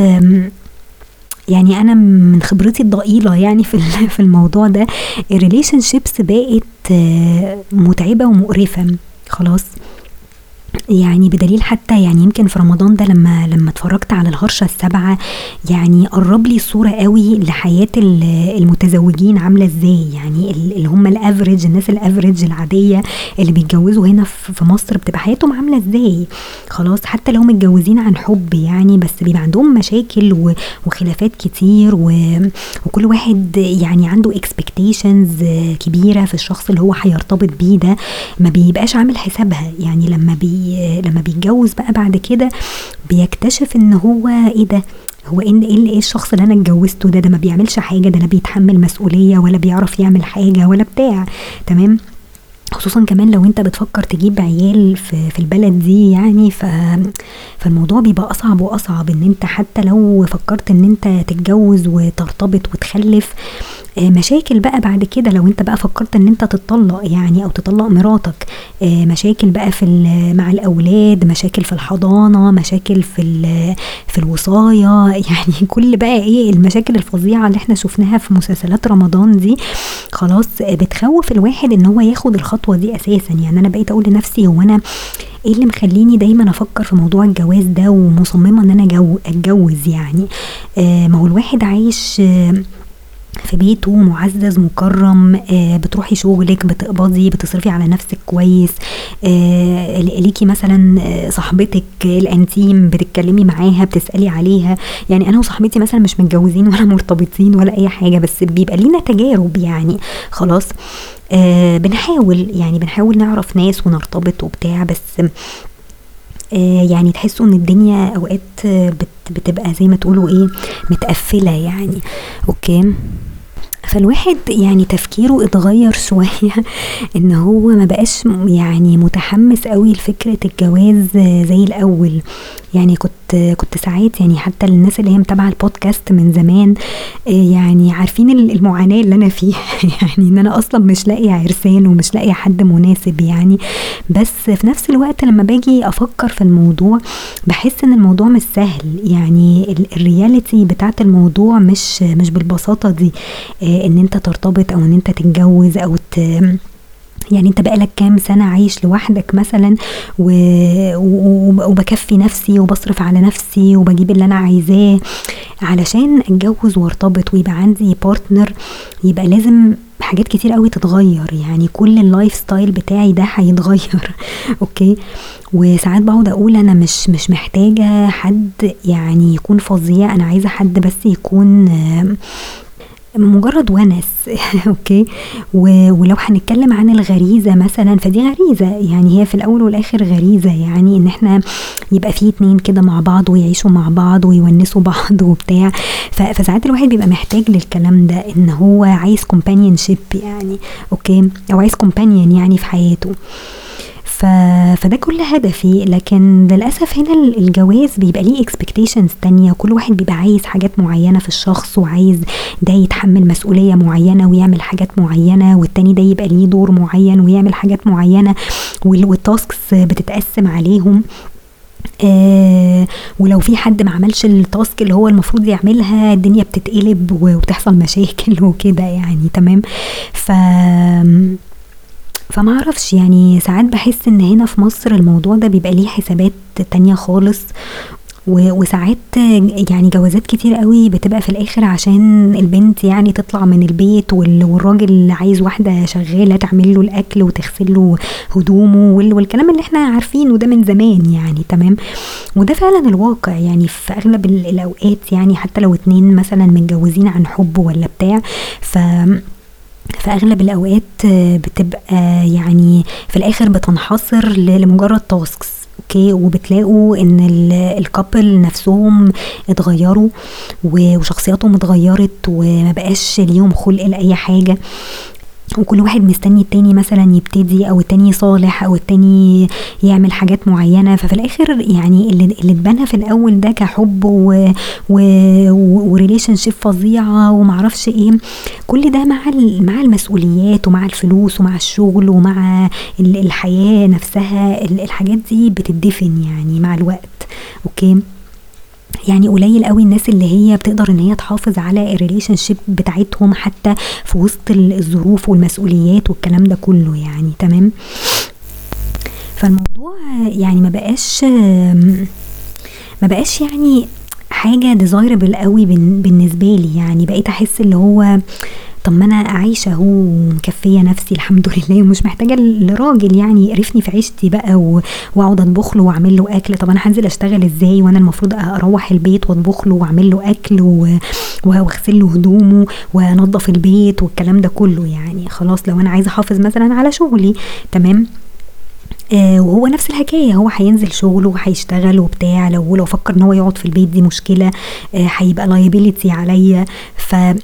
Speaker 1: يعني انا من خبرتي الضئيله يعني في في الموضوع ده، الريليشن شيبس بقت متعبه ومقرفه خلاص يعني. بدليل حتى يعني يمكن في رمضان ده لما لما اتفرجت على الهرشة السبعة يعني قرب لي صورة قوي لحياة المتزوجين عاملة ازاي يعني. اللي هم الافريج، الناس الافريج العادية اللي بيتجوزوا هنا في مصر بتبقى حياتهم عاملة ازاي خلاص. حتى لو متجوزين عن حب يعني، بس بيبقى عندهم مشاكل وخلافات كتير، وكل واحد يعني عنده expectations كبيرة في الشخص اللي هو هيرتبط بيه ده، ما بيبقاش عامل حسابها يعني. لما بي لما بيتجوز بقى بعد كده بيكتشف ان هو ايه ده، هو ايه ايه الشخص اللي انا اتجوزته ده ده ما بيعملش حاجه، ده لا بيتحمل مسؤوليه ولا بيعرف يعمل حاجه ولا بتاع. تمام. خصوصا كمان لو انت بتفكر تجيب عيال في, في البلد دي يعني، ف فالموضوع بيبقى اصعب واصعب. ان انت حتى لو فكرت ان انت تتجوز وترتبط وتخلف، آه، مشاكل بقى بعد كده لو انت بقى فكرت ان انت تتطلق يعني او تطلق مراتك، آه، مشاكل بقى في ال- مع الاولاد، مشاكل في الحضانة، مشاكل في ال- في الوصاية يعني كل بقى ايه المشاكل الفظيعة اللي احنا شفناها في مسلسلات رمضان دي. خلاص آه، بتخوف الواحد ان هو ياخد الخطوة دي اساسا. يعني انا بقيت اقول لنفسي هو انا ايه اللي مخليني دايما افكر في موضوع الجواز ده ومصممة ان انا جو اتجوز يعني. آه، ما هو الواحد عايش آه في بيته معزز مكرم، آه بتروحي شغلك، بتقبضي، بتصرفي على نفسك كويس، آه ليكي مثلا آه، صاحبتك الانتيم بتتكلمي معاها بتسألي عليها. يعني انا وصاحبتي مثلا مش متجوزين ولا مرتبطين ولا اي حاجة، بس بيبقى لينا تجارب يعني. خلاص آه بنحاول يعني بنحاول نعرف ناس ونرتبط وبتاع، بس آه يعني تحسوا ان الدنيا اوقات آه، بت بتبقى زي ما تقولوا ايه متقفلة يعني. اوكي، فالواحد يعني تفكيره اتغير شوية ان هو ما بقاش م- يعني متحمس قوي لفكرة الجواز آه، زي الاول. يعني كنت كنت ساعات يعني حتى الناس اللي هي متابعة البودكاست من زمان آه، يعني عارفين ال- المعاناة اللي انا فيها يعني ان انا اصلا مش لاقية عرسان ومش لاقية حد مناسب يعني. بس في نفس الوقت لما باجي افكر في الموضوع بحس ان الموضوع مش سهل. يعني ال- الرياليتي بتاعت الموضوع مش مش بالبساطة دي. آه، ان انت ترتبط او ان انت تتجوز او ت... يعني انت بقالك كام سنة عايش لوحدك مثلا و... و- وبكفي نفسي وبصرف على نفسي وبجيب اللي انا عايزاه علشان اتجوز وارتبط ويبقى عندي بارتنر. يبقى لازم حاجات كتير قوي تتغير، يعني كل اللايف ستايل بتاعي ده هيتغير اوكي. وساعات بقعد اقول انا مش مش محتاجة حد يعني يكون فظيع، انا عايزة حد بس يكون آه، مجرد ونس اوكي. و- ولو هنتكلم عن الغريزة مثلا فدي غريزة، يعني هي في الاول والاخر غريزة، يعني ان احنا يبقى في اتنين كده مع بعض ويعيشوا مع بعض ويونسوا بعض وبتاع. ف- فساعات الواحد بيبقى محتاج للكلام ده، ان هو عايز companionship يعني. اوكي، او عايز companion يعني في حياته. ف... فده كل هدفي. لكن للأسف هنا ال- الجواز بيبقى ليه expectations تانية، وكل واحد بيبقى عايز حاجات معينة في الشخص، وعايز ده يتحمل مسؤولية معينة ويعمل حاجات معينة، والتاني ده يبقى ليه دور معين ويعمل حاجات معينة، وال- والتاسكس بتتقسم عليهم. آه ولو في حد ما عملش التاسك اللي هو المفروض يعملها الدنيا بتتقلب و- وبتحصل مشاكل وكده يعني. تمام. ف فما اعرفش يعني ساعات بحس ان هنا في مصر الموضوع ده بيبقى ليه حسابات تانية خالص. و- وساعات يعني جوازات كتير قوي بتبقى في الاخر عشان البنت يعني تطلع من البيت، وال- والراجل عايز واحدة شغالة تعمل له الاكل وتغسل له هدومه وال- والكلام اللي احنا عارفينه ده من زمان يعني. تمام. وده فعلا الواقع يعني في اغلب ال- الاوقات، يعني حتى لو اتنين مثلا متجوزين عن حب ولا بتاع، ف في اغلب الاوقات آه، بتبقى يعني في الاخر بتنحصر ل- لمجرد تاسكس. اوكي، وبتلاقوا ان الكابل نفسهم اتغيروا و- وشخصياتهم اتغيرت وما بقاش ليهم خلق لاي حاجة، وكل واحد مستني التاني مثلا يبتدي، او التاني يصالح، او التاني يعمل حاجات معينة. ففي الاخر يعني اللي, اللي اتبنى في الاول ده كحب و و وريليشن شيب فظيعة ومعرفش ايه، كل ده مع ال- مع المسؤوليات ومع الفلوس ومع الشغل ومع ال- الحياة نفسها، ال- الحاجات دي بتدفن يعني مع الوقت. اوكي، يعني قليل قوي الناس اللي هي بتقدر ان هي تحافظ على الريليشن شيب بتاعتهم حتى في وسط ال- الظروف والمسؤوليات والكلام ده كله يعني. تمام. فالموضوع يعني ما بقاش ما بقاش يعني حاجة desirable قوي بن- بالنسبة لي. يعني بقيت احس اللي هو طب ما انا عايشه اهو ومكفيه نفسي الحمد لله، ومش محتاجه ل- لراجل يعني يقرفني في عيشتي بقى و- واقعد اطبخ له واعمل له اكل. طب انا هنزل اشتغل ازاي وانا المفروض اروح البيت واطبخ له واعمل له اكل و- واغسل له هدومه وانضف البيت والكلام ده كله يعني. خلاص لو انا عايزه احافظ مثلا على شغلي، تمام، آه وهو نفس الحكايه، هو هينزل شغله وهيشتغل وبتاع. لو لو فكر ان هو يقعد في البيت دي مشكله، آه هيبقى liability عليا. ف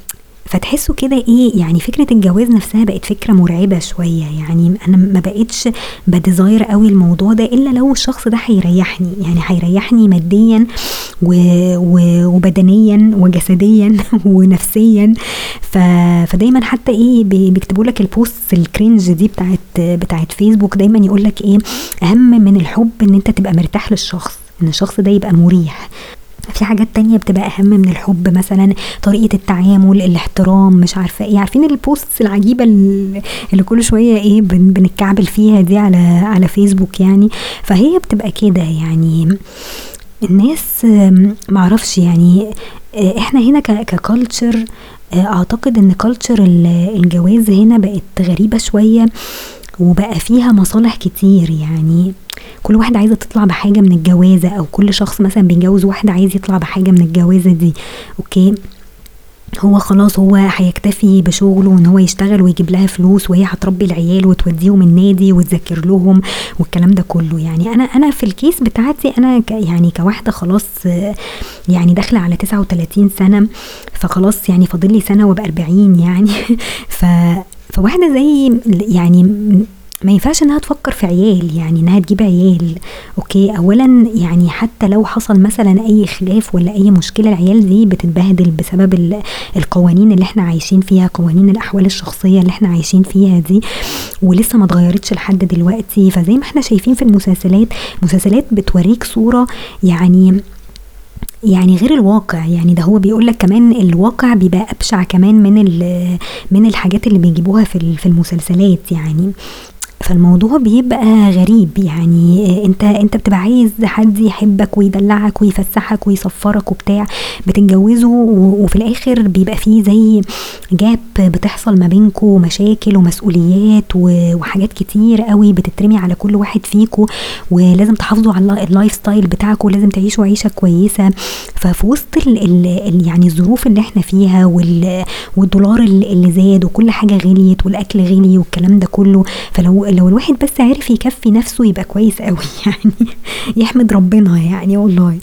Speaker 1: فتحسوا كده ايه يعني فكرة الجواز نفسها بقت فكرة مرعبة شوية. يعني انا ما بقتش بديزاير قوي الموضوع ده الا لو الشخص ده هيريحني، يعني هيريحني ماديا و... و... وبدنيا وجسديا ونفسيا. ف... فدايما حتى ايه بيكتبوا لك البوست الكرينج دي بتاعت بتاعت فيسبوك، دايما يقول لك ايه اهم من الحب ان انت تبقى مرتاح للشخص، ان الشخص ده يبقى مريح. في حاجات تانية بتبقى اهم من الحب، مثلا طريقة التعامل، الاحترام، مش عارفة ايه. عارفين البوست العجيبة اللي كل شوية ايه بن بنتكعبل فيها دي على على فيسبوك يعني. فهي بتبقى كده يعني الناس معرفش يعني. احنا هنا ككالتشر اعتقد ان كالتشر الجواز هنا بقت غريبة شوية، وبقى فيها مصالح كتير. يعني كل واحدة عايزة تطلع بحاجة من الجوازة، او كل شخص مثلا بيتجوز واحدة عايز يطلع بحاجة من الجوازة دي. اوكي، هو خلاص هو هيكتفي بشغله وان هو يشتغل ويجيب لها فلوس، وهي هتربي العيال وتوديهم النادي وتذاكر لهم والكلام ده كله. يعني انا انا في الكيس بتاعتي انا يعني كواحده خلاص يعني داخله على تسعة وتلاتين سنه، فخلاص يعني فاضل لي سنه وابقى أربعين يعني. ف فواحده زي يعني ما ينفعش انها تفكر في عيال، يعني انها تجيب عيال. اوكي، اولا يعني حتى لو حصل مثلا اي خلاف ولا اي مشكلة، العيال دي بتتبهدل بسبب القوانين اللي احنا عايشين فيها، قوانين الاحوال الشخصية اللي احنا عايشين فيها دي، ولسه ما اتغيرتش لحد دلوقتي. فزي ما احنا شايفين في المسلسلات، مسلسلات بتوريك صورة يعني يعني غير الواقع. يعني ده هو بيقول لك كمان الواقع بيبقى ابشع كمان من من الحاجات اللي بيجيبوها في في المسلسلات يعني. فالموضوع بيبقى غريب. يعني انت انت بتبقى عايز حد يحبك ويدلعك ويفسحك ويصفرك وبتاع، بتتجوزه وفي الاخر بيبقى فيه زي جاب بتحصل ما بينكو، مشاكل ومسؤوليات وحاجات كتير قوي بتترمي على كل واحد فيكو، ولازم تحافظوا على اللايف ستايل بتاعكو، لازم تعيشوا عيشة كويسة. ففي وسط ال ال يعني الظروف اللي احنا فيها والدولار اللي زاد وكل حاجة غليت والاكل غلي والكلام ده كله، فلو لو الواحد بس عارف يكفي نفسه يبقى كويس قوي يعني. يحمد ربنا يعني والله.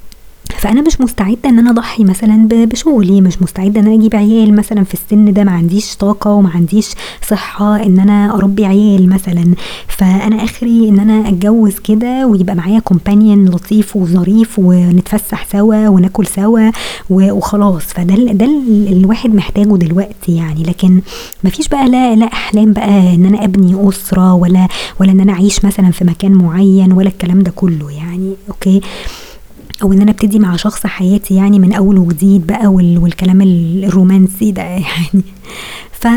Speaker 1: فانا مش مستعده ان انا اضحي مثلا بشغلي، مش مستعده ان انا اجيب عيال مثلا في السن ده، ما عنديش طاقه وما عنديش صحه ان انا اربي عيال مثلا. فانا اخري ان انا اتجوز كده ويبقى معايا كومبانيون لطيف وظريف ونتفسح سوا وناكل سوا وخلاص. فده ده الواحد محتاجه دلوقتي يعني. لكن ما فيش بقى لا لا احلام بقى ان انا ابني اسره، ولا ولا ان انا اعيش مثلا في مكان معين، ولا الكلام ده كله يعني. اوكي، او ان انا ابتدي مع شخص حياتي يعني من اول وجديد بقى والكلام الرومانسي ده يعني. ف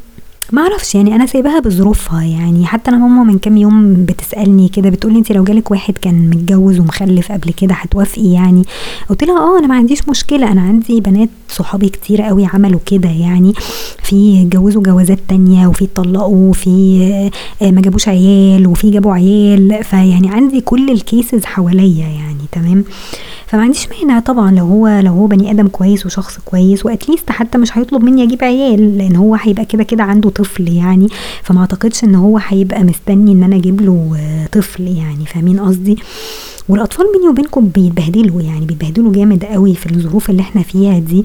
Speaker 1: ما اعرفش يعني، انا سايباها بظروفها يعني. حتى انا ماما من كام يوم بتسالني كده، بتقولي انت لو جالك واحد كان متجوز ومخلف قبل كده هتوافقي يعني؟ قلت لها اه انا ما عنديش مشكله، انا عندي بنات صحابي كتير قوي عملوا كده يعني، في جوزوا جوازات تانية، وفي اتطلقوا، وفي ما جابوش عيال، وفي جابوا عيال. فيعني عندي كل الكيسز حواليا يعني. تمام، فما عنديش مانع طبعا لو هو لو هو بني ادم كويس وشخص كويس، واتليست حتى مش هيطلب مني اجيب عيال، لان هو هيبقى كده كده عنده طفل يعني. فما اعتقدش ان هو هيبقى مستني ان انا اجيب له طفل يعني. فاهمين قصدي؟ والاطفال بيني وبينكم بيتبهدلوا يعني، بيتبهدلوا جامد قوي في الظروف اللي احنا فيها دي.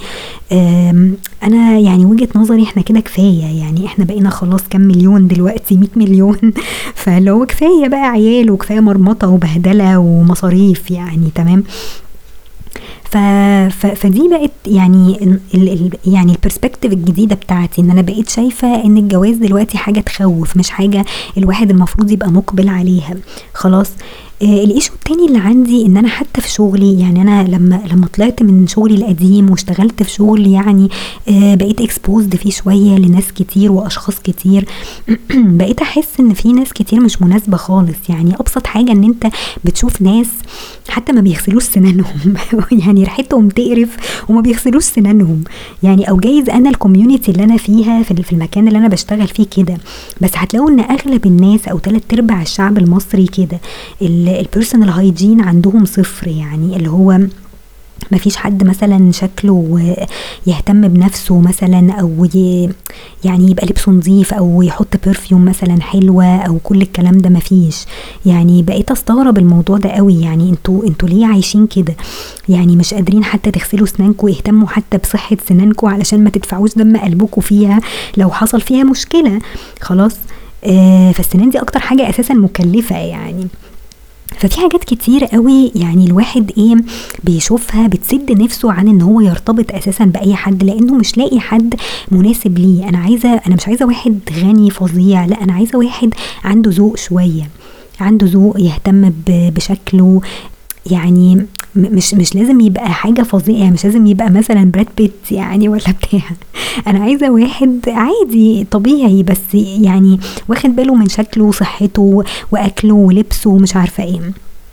Speaker 1: انا يعني وجهة نظري احنا كده كفايه يعني. احنا بقينا خلاص كام مليون دلوقتي؟ مية مليون. فلو كفايه بقى عيال وكفايه مرمطه وبهدله ومصاريف يعني. تمام، ف... ف... فدي بقت يعني ال... ال... يعني البرسبكتيف الجديدة بتاعتي، ان انا بقيت شايفة ان الجواز دلوقتي حاجة تخوف، مش حاجة الواحد المفروض يبقى مقبل عليها خلاص. آه الايشو التاني اللي عندي ان انا حتى في شغلي يعني، انا لما لما طلعت من شغلي القديم واشتغلت في شغل يعني آه بقيت اكسبوزد فيه شوية لناس كتير واشخاص كتير. بقيت احس ان في ناس كتير مش مناسبة خالص يعني. ابسط حاجة ان انت بتشوف ناس حتى ما بيغسلوش سنانهم يعني ريحتهم تقرف وما بيغسلوش سنانهم يعني. او جايز انا الكوميونتي اللي انا فيها في المكان اللي انا بشتغل فيه كده، بس هتلاقوا ان اغلب الناس او ثلاث ارباع الشعب المصري كده البيرسونال هايجين عندهم صفر يعني. اللي هو مفيش حد مثلا شكله يهتم بنفسه مثلا، او ي... يعني يبقى لبسه نظيف او يحط برفيوم مثلا حلوة او كل الكلام ده مفيش. يعني بقيت استغرب الموضوع ده قوي، يعني انتوا انتوا ليه عايشين كده؟ يعني مش قادرين حتى تغسلوا سنانكوا ويهتموا حتى بصحة سنانكوا علشان ما تدفعوش دم قلبكوا فيها لو حصل فيها مشكلة. خلاص. آه فالسنان دي اكتر حاجة اساسا مكلفة يعني. ففي حاجات كتير قوي يعني الواحد ايه بيشوفها بتسد نفسه عن ان هو يرتبط اساسا باي حد، لانه مش لاقي حد مناسب ليه. انا عايزه انا مش عايزه واحد غني فظيع، لا انا عايزه واحد عنده ذوق شويه، عنده ذوق يهتم بشكله. يعني م- مش مش لازم يبقى حاجه فظيعه، يعني مش لازم يبقى مثلا براد بيت يعني ولا بتاع. انا عايزه واحد عادي طبيعي، بس يعني واخد باله من شكله وصحته واكله ولبسه ومش عارفه ايه.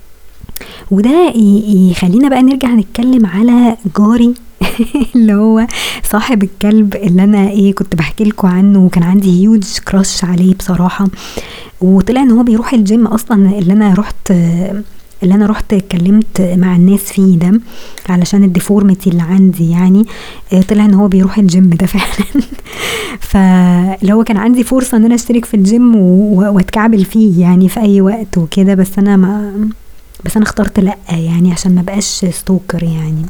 Speaker 1: وده ي- يخلينا بقى نرجع نتكلم على جاري اللي هو صاحب الكلب اللي انا ايه كنت بحكي لكم عنه، وكان عندي هيوج كراش عليه بصراحه. وطلع ان هو بيروح الجيم اصلا، اللي انا رحت اللي انا رحت اتكلمت مع الناس فيه ده علشان الديفورميتي اللي عندي يعني. آه، طلع ان هو بيروح الجيم ده فعلا. فلو هو كان عندي فرصة ان انا اشترك في الجيم و- واتكعبل فيه يعني في اي وقت وكده، بس انا ما بس انا اخترت لا يعني عشان ما بقاش ستوكر يعني.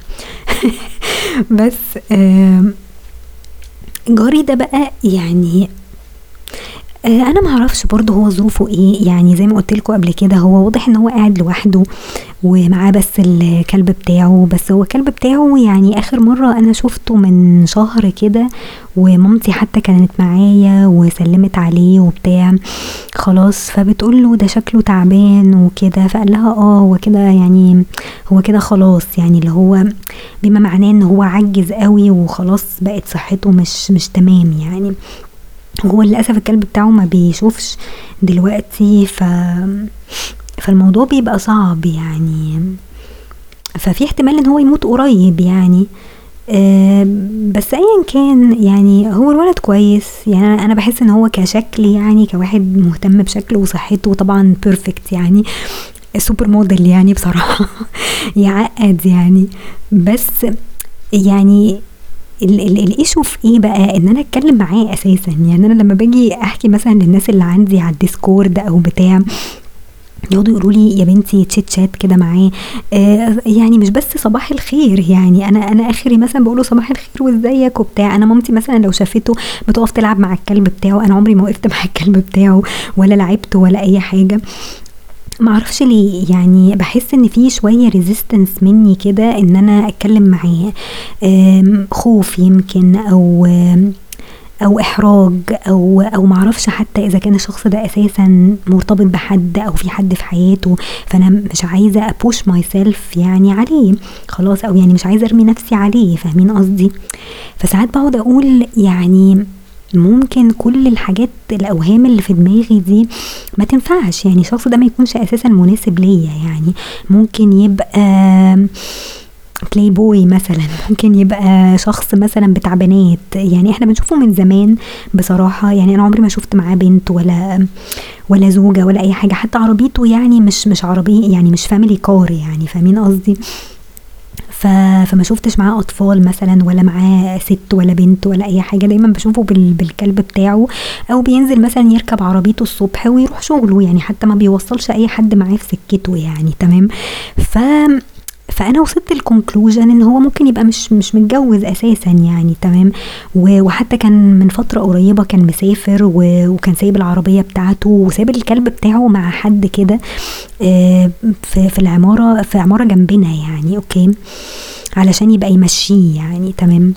Speaker 1: بس آم، جاري ده بقى يعني آه، انا ما اعرفش برضه هو ظروفه ايه. يعني زي ما قلت لكم قبل كده، هو واضح ان هو قاعد لوحده ومعاه بس الكلب بتاعه. بس هو الكلب بتاعه يعني اخر مرة انا شفته من شهر كده، ومامتي حتى كانت معايا وسلمت عليه وبتاع. خلاص، فبتقول له ده شكله تعبان وكده، فقال لها اه هو كده يعني، هو كده خلاص يعني، اللي هو بما معناه ان هو عجز قوي وخلاص بقت صحته مش مش تمام يعني. هو للأسف الكلب بتاعه ما بيشوفش دلوقتي، ف فالموضوع بيبقى صعب يعني. ففي احتمال ان هو يموت قريب يعني. آه، بس ايا كان يعني هو الولد كويس يعني. انا أنا بحس ان هو كشكل يعني كواحد مهتم بشكله وصحته طبعا بيرفكت يعني، سوبر موديل يعني بصراحة. يعقد يعني. بس يعني ال ال الايشو في ايه بقى، ان انا اتكلم معاه اساسا. يعني انا لما باجي احكي مثلا للناس اللي عندي على الديسكورد او بتاع، يقعدوا يقولوا لي يا بنتي تشيت شات كده معاه. آه يعني مش بس صباح الخير يعني، انا انا اخري مثلا بقوله صباح الخير وازيك وبتاع. انا مامتي مثلا لو شافته بتقف تلعب مع الكلب بتاعه، انا عمري ما وقفت مع الكلب بتاعه ولا لعبته ولا اي حاجه. ما اعرفش ليه يعني، بحس ان في شويه ريزيستنس مني كده ان انا اتكلم معاه. آم، خوف يمكن، او آم، او احراج، او او معرفش حتى اذا كان الشخص ده اساسا مرتبط بحد او في حد في حياته، فانا مش عايزه ابوش ماي سيلف يعني عليه خلاص، او يعني مش عايزه ارمي نفسي عليه، فاهمين قصدي؟ فساعات بقعد اقول يعني ممكن كل الحاجات الاوهام اللي في دماغي دي ما تنفعش، يعني الشخص ده ما يكونش اساسا مناسب ليا. يعني ممكن يبقى بلاي بوي مثلا، ممكن يبقى شخص مثلا بتاع بنات، يعني احنا بنشوفه من زمان بصراحة. يعني انا عمري ما شفت معاه بنت ولا ولا زوجة ولا اي حاجة، حتى عربيته يعني مش مش عربية يعني، مش فاميلي كار يعني، فاهمين قصدي؟ ف... فما شفتش معاه اطفال مثلا، ولا معاه ست ولا بنت ولا اي حاجه. دايما بشوفه بال... بالكلب بتاعه، او بينزل مثلا يركب عربيته الصبح ويروح شغله يعني، حتى ما بيوصلش اي حد معاه في سكته يعني. تمام. ف فانا وصلت الكونكلوجن ان هو ممكن يبقى مش مش متجوز اساسا يعني. تمام. و- وحتى كان من فتره قريبه كان مسافر، و- وكان سايب العربيه بتاعته وسايب الكلب بتاعه مع حد كده آه، في في العماره في عماره جنبنا يعني. اوكي، علشان يبقى يمشيه يعني. تمام.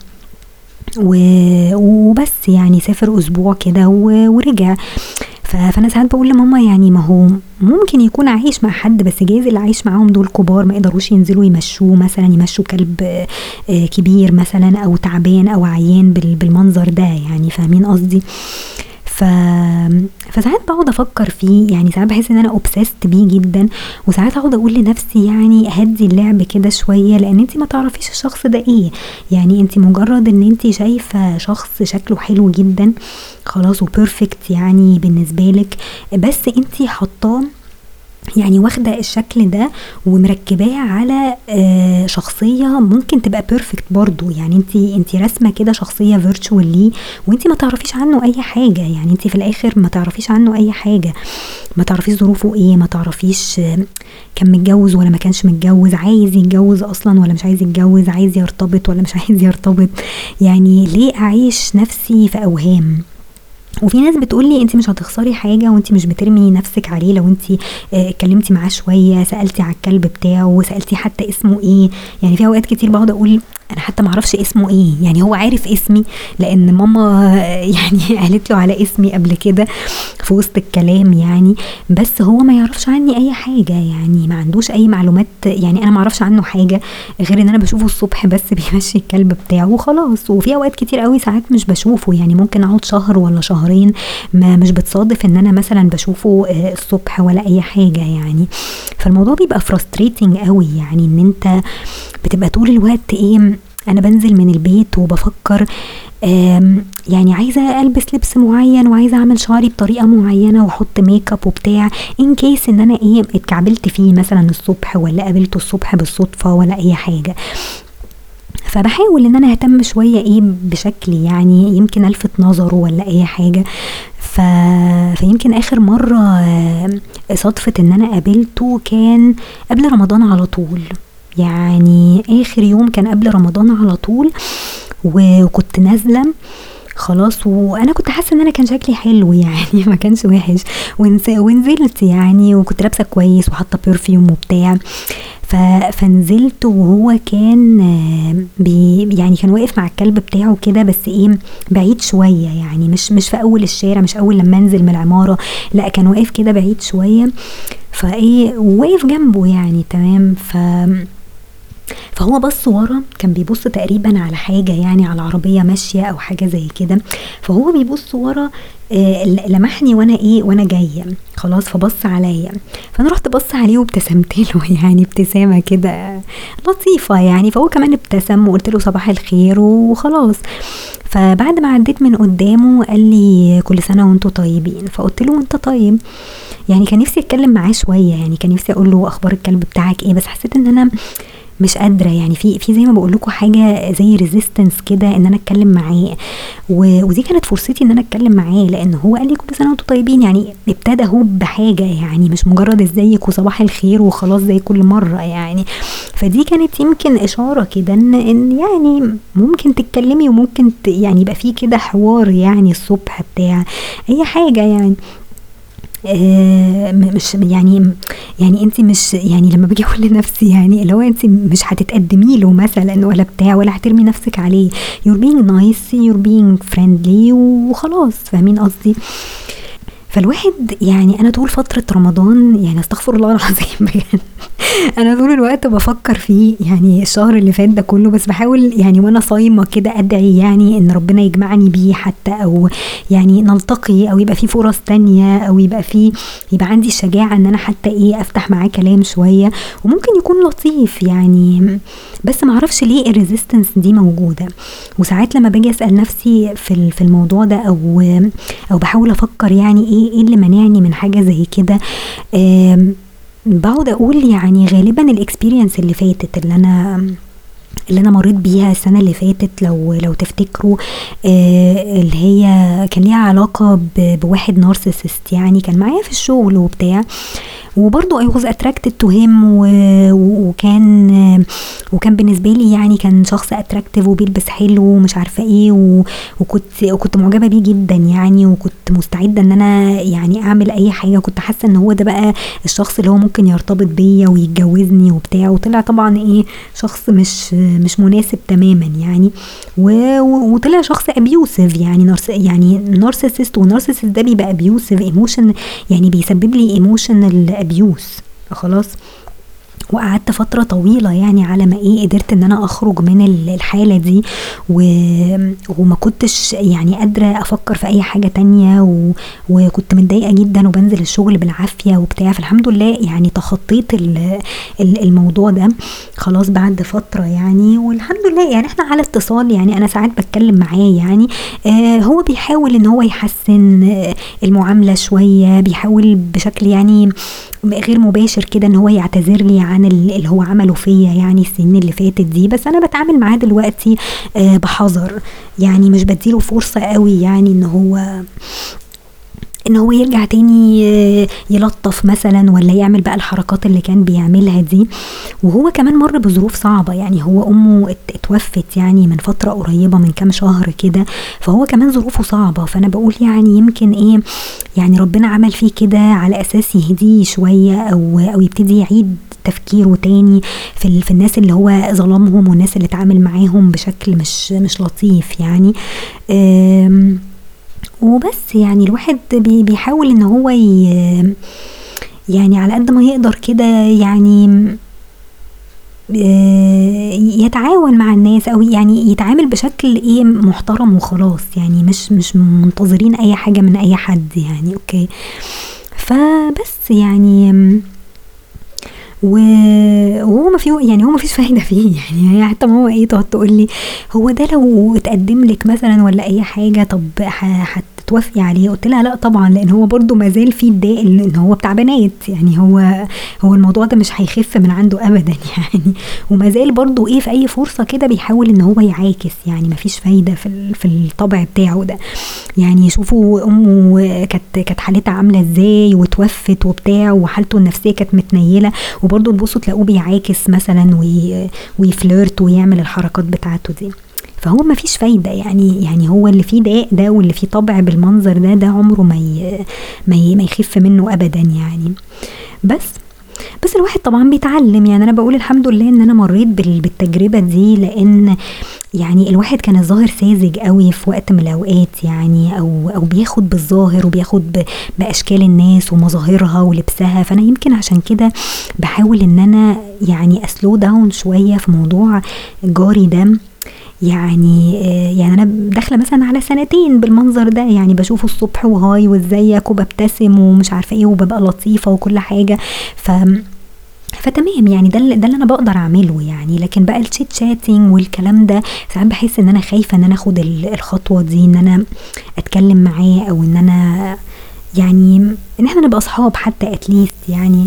Speaker 1: و- وبس يعني سافر اسبوع كده و- ورجع. ف- فانا ساعات بقول لماما يعني ما هو ممكن يكون عايش مع حد، بس جايز اللي عايش معاهم دول كبار ما يقدروش ينزلوا يمشوه مثلا، يمشوا كلب آه، آه، كبير مثلا او تعبان او عيان بال- بالمنظر ده يعني، فاهمين قصدي؟ ف... فساعات بقعد افكر فيه يعني، ساعات بحس ان انا اوبسيست بيه جدا، وساعات اقعد اقول لنفسي يعني هدي اللعب كده شويه، لان انت ما تعرفيش الشخص ده ايه. يعني انت مجرد ان انت شايفه شخص شكله حلو جدا خلاص وبيرفكت يعني بالنسبه لك، بس انت حطاه يعني واخده الشكل ده ومركباه على آه، شخصيه ممكن تبقى بيرفكت برضو. يعني انت انت رسمه كده شخصيه فيرتشوال ليه وانت ما تعرفيش عنه اي حاجه. يعني انت في الاخر ما تعرفيش عنه اي حاجه، ما تعرفيش ظروفه ايه، ما تعرفيش آه، كان متجوز ولا ما كانش متجوز، عايز يتجوز اصلا ولا مش عايز يتجوز، عايز يرتبط ولا مش عايز يرتبط. يعني ليه اعيش نفسي في اوهام؟ وفي ناس بتقولي انت مش هتخسري حاجه وانت مش بترمي نفسك عليه. لو انت اه اتكلمتي معاه شويه، سالتي على الكلب بتاعه وسالتي حتى اسمه ايه. يعني في اوقات كتير بقعد اقول انا حتى معرفش اسمه ايه. يعني هو عارف اسمي لان ماما يعني قالت له على اسمي قبل كده في وسط الكلام يعني، بس هو ما يعرفش عني اي حاجه. يعني ما عندوش اي معلومات. يعني انا ما اعرفش عنه حاجه غير ان انا بشوفه الصبح بس بيمشي الكلب بتاعه وخلاص. وفي اوقات كتير قوي ساعات مش بشوفه، يعني ممكن اقعد شهر ولا شهرين ما مش بتصادف ان انا مثلا بشوفه الصبح ولا اي حاجه يعني. فالموضوع بيبقى فرستريتنج قوي، يعني ان انت بتبقى طول الوقت ايه، انا بنزل من البيت وبفكر يعني عايزه البس لبس معين وعايزه اعمل شعري بطريقه معينه واحط ميك اب وبتاع ان كيس ان انا ايه اتكعبلت فيه مثلا الصبح ولا قابلته الصبح بالصدفه ولا اي حاجه. فبحاول ان انا اهتم شويه ايه بشكلي، يعني يمكن الفت نظره ولا اي حاجه. ف... فيمكن اخر مره صدفه ان انا قابلته كان قبل رمضان على طول. يعني اخر يوم كان قبل رمضان على طول وكنت نازله خلاص، وانا كنت حاسه ان انا كان شكلي حلو يعني ما كانش وحش، ونزلت يعني وكنت لابسه كويس وحاطه برفيوم وبتاع. فنزلت وهو كان بي يعني كان واقف مع الكلب بتاعه كده، بس ايه بعيد شويه، يعني مش مش في اول الشارع، مش اول لما انزل من العماره، لا كان واقف كده بعيد شويه. فايه واقف جنبه يعني تمام. ف فهو بص ورا، كان بيبص تقريبا على حاجة، يعني على عربية ماشية او حاجة زي كده. فهو بيبص ورا آه لمحني وانا ايه وانا جاية خلاص، فبص عليا. فانا رحت بص عليه وابتسمت له يعني ابتسامة كده لطيفة يعني. فهو كمان ابتسم وقلت له صباح الخير وخلاص. فبعد ما عديت من قدامه قال لي كل سنة وانتوا طيبين. فقلت له وانت طيب. يعني كان نفسي اتكلم معاه شوية، يعني كان نفسي اقول له اخبار الكلب بتاعك ايه، بس حسيت ان انا مش قادره. يعني في في زي ما بقول لكم حاجه زي ريزيستنس كده ان انا اتكلم معاه، ودي كانت فرصتي ان انا اتكلم معاه، لان هو قال لي كل سنه وانتم طيبين. يعني ابتدى هو بحاجه، يعني مش مجرد ازيك وصباح الخير وخلاص زي كل مره يعني. فدي كانت يمكن اشاره كده ان ان يعني ممكن تتكلمي وممكن يعني يبقى في كده حوار يعني الصبح بتاع اي حاجه يعني. آه مش يعني يعني انت مش يعني لما باجي اقول لنفسي يعني اللي هو انت مش هتتقدمي له مثلا ولا بتاع ولا هترمي نفسك عليه، you're being nice you're being friendly وخلاص. فاهمين قصدي؟ فالواحد يعني انا طول فترة رمضان يعني استغفر الله العظيم بجد انا طول الوقت بفكر فيه، يعني الشهر اللي فات ده كله، بس بحاول يعني وانا صايمة كده ادعي يعني ان ربنا يجمعني بيه حتى، او يعني نلتقي، او يبقى فيه فرص تانية، او يبقى فيه يبقى عندي الشجاعة ان انا حتى ايه افتح معاه كلام شوية وممكن يكون لطيف يعني. بس معرفش ليه الريزيستنس دي موجودة. وساعات لما باجي اسأل نفسي في في الموضوع ده او او بحاول افكر يعني ايه ايه اللي منعني من حاجة زي كده، بقعد اقول يعني غالبا الاكسبيرينس اللي فاتت اللي انا اللي انا مريت بيها السنه اللي فاتت، لو لو تفتكروا آه اللي هي كان ليها علاقه بواحد نارسيسست، يعني كان معايا في الشغل وبتاع، وبرضه I was attracted to him وكان وكان بالنسبه لي يعني كان شخص اتراكتيف وبيلبس حلو ومش عارفه ايه، وكنت وكنت معجبه بيه جدا يعني، وكنت مستعده ان انا يعني اعمل اي حاجه. كنت حاسه ان هو ده بقى الشخص اللي هو ممكن يرتبط بيا ويتجوزني وبتاع. وطلع طبعا ايه شخص مش مش مناسب تماما يعني، وطلع شخص ابيوسيف يعني نارس يعني نارسيسست. ونارسيسست ده بيبقى ابيوسيف ايموشن، يعني بيسبب لي ايموشنال ابيوس خلاص. وقعدت فترة طويلة يعني على ما ايه قدرت ان انا اخرج من ال- الحالة دي و... وما كنتش يعني قادرة افكر في اي حاجة تانية و... وكنت متضايقة جدا وبنزل الشغل بالعافية وبتاع. فالحمد لله يعني تخطيت ال... ال- الموضوع ده خلاص بعد فترة يعني، والحمد لله يعني احنا على اتصال، يعني انا ساعات بتكلم معاه يعني آه هو بيحاول ان هو يحسن آه المعاملة شوية، بيحاول بشكل يعني غير مباشر كده ان هو يعتذر لي عن ال- اللي هو عمله فيا يعني السنين اللي فاتت دي. بس انا بتعامل معاه دلوقتي آه بحذر، يعني مش بديله فرصة قوي يعني ان هو ان هو يرجع تاني آه، يلطف مثلا ولا يعمل بقى الحركات اللي كان بيعملها دي. وهو كمان مر بظروف صعبة، يعني هو امه ات- اتوفت يعني من فترة قريبة من كام شهر كده، فهو كمان ظروفه صعبة. فانا بقول يعني يمكن ايه، يعني ربنا عمل فيه كده على اساس يهديه شوية او او يبتدي يعيد تفكيره تاني في ال- في الناس اللي هو ظلمهم والناس اللي اتعامل معاهم بشكل مش مش لطيف يعني. آم، وبس يعني الواحد بي بيحاول ان هو ي- يعني على قد ما يقدر كده يعني آه، يتعاون مع الناس او يعني يتعامل بشكل ايه محترم وخلاص، يعني مش مش منتظرين اي حاجة من اي حد يعني. اوكي، فبس يعني و- وهو ما فيه يعني هو ما فيش فايدة فيه يعني. هي حتى ماما ايه تقعد تقول لي هو ده لو اتقدم لك مثلا ولا اي حاجة طب ح- هتتوافقي عليه؟ قلت لها لا طبعا، لان هو برضو ما زال فيه الداء ان هو بتاع بنات يعني. هو هو الموضوع ده مش هيخف من عنده ابدا يعني. وما زال برضو ايه في اي فرصة كده بيحاول ان هو يعاكس، يعني ما فيش فايدة في ال- في الطبع بتاعه ده. يعني شوفوا امه كانت كانت حالتها عامله ازاي وتوفت وبتاع، وحالته النفسيه كانت متنيله، وبرضه تبصوا تلاقوه بيعاكس مثلا وي ويفليرت ويعمل الحركات بتاعته دي. فهو ما فيش فايده يعني. يعني هو اللي فيه داء ده واللي فيه طبع بالمنظر ده ده عمره ما ي ما, ي ما يخف منه ابدا يعني. بس بس الواحد طبعا بيتعلم، يعني انا بقول الحمد لله ان انا مريت بال- بالتجربه دي، لان يعني الواحد كان الظاهر ساذج قوي في وقت من الاوقات يعني، او او بياخد بالظاهر وبياخد ب- باشكال الناس ومظاهرها ولبسها. فانا يمكن عشان كده بحاول ان انا يعني اسلو داون شويه في موضوع جاري ده. يعني آه، يعني انا داخله مثلا على سنتين بالمنظر ده، يعني بشوفه الصبح وهاي وازيك وببتسم ومش عارفه ايه وببقى لطيفه وكل حاجه. ف فتمام يعني ده اللي ده اللي انا بقدر اعمله يعني. لكن بقى الشيت شاتنج والكلام ده ساعات بحس ان انا خايفه ان انا اخد ال- الخطوه دي، ان انا اتكلم معاه او ان انا يعني ان احنا نبقى اصحاب حتى اتليست يعني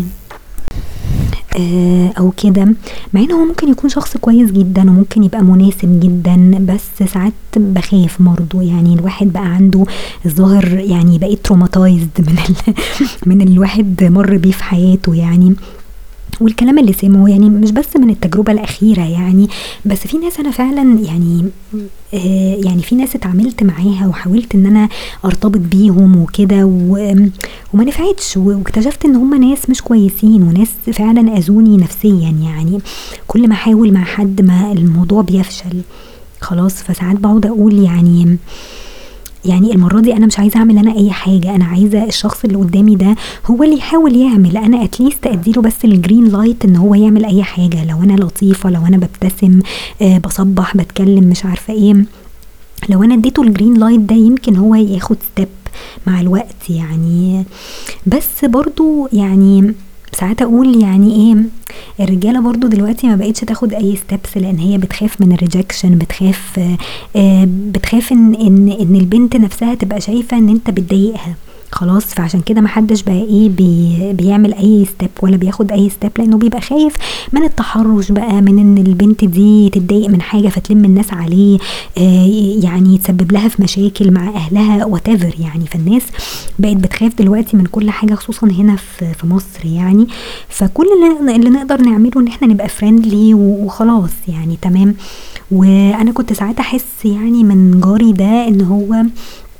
Speaker 1: آه، او كده. مع ان هو ممكن يكون شخص كويس جدا وممكن يبقى مناسب جدا، بس ساعات بخاف برضه يعني. الواحد بقى عنده الظاهر يعني بقيت تروماتايزد من ال من الواحد مر بيه في حياته يعني، والكلام اللي سمعه يعني مش بس من التجربة الأخيرة يعني. بس في ناس أنا فعلا يعني آه يعني في ناس اتعاملت معاها وحاولت ان انا ارتبط بيهم وكده و- وما نفعتش، واكتشفت ان هم ناس مش كويسين وناس فعلا اذوني نفسيا يعني. كل ما احاول مع حد ما الموضوع بيفشل خلاص. فساعات بقعد اقول يعني يعني المرة دي انا مش عايزة اعمل انا اي حاجة، انا عايزة الشخص اللي قدامي ده هو اللي يحاول يعمل، انا اتليست اديله بس الجرين لايت ان هو يعمل اي حاجة. لو انا لطيفة، لو انا ببتسم آه بصبح بتكلم مش عارفة ايه، لو انا اديته الجرين لايت ده يمكن هو ياخد ستيب مع الوقت يعني. بس برضو يعني ساعات اقول يعني ايه، الرجاله برضو دلوقتي ما بقتش تاخد اي ستيبس لان هي بتخاف من الريجكشن، بتخاف آه، آه، بتخاف ان ان ان البنت نفسها تبقى شايفه ان انت بتضايقها خلاص. فعشان كده ما حدش بقى ايه بي بيعمل اي ستيب ولا بياخد اي ستيب، لانه بيبقى خايف من التحرش بقى، من ان البنت دي تتضايق من حاجه فتلم الناس عليه آه يعني يتسبب لها في مشاكل مع اهلها واتيفر يعني. فالناس بقت بتخاف دلوقتي من كل حاجه، خصوصا هنا في في مصر يعني. فكل اللي, اللي نقدر نعمله ان احنا نبقى فريندلي وخلاص يعني تمام. وانا كنت ساعات احس يعني من جاري ده ان هو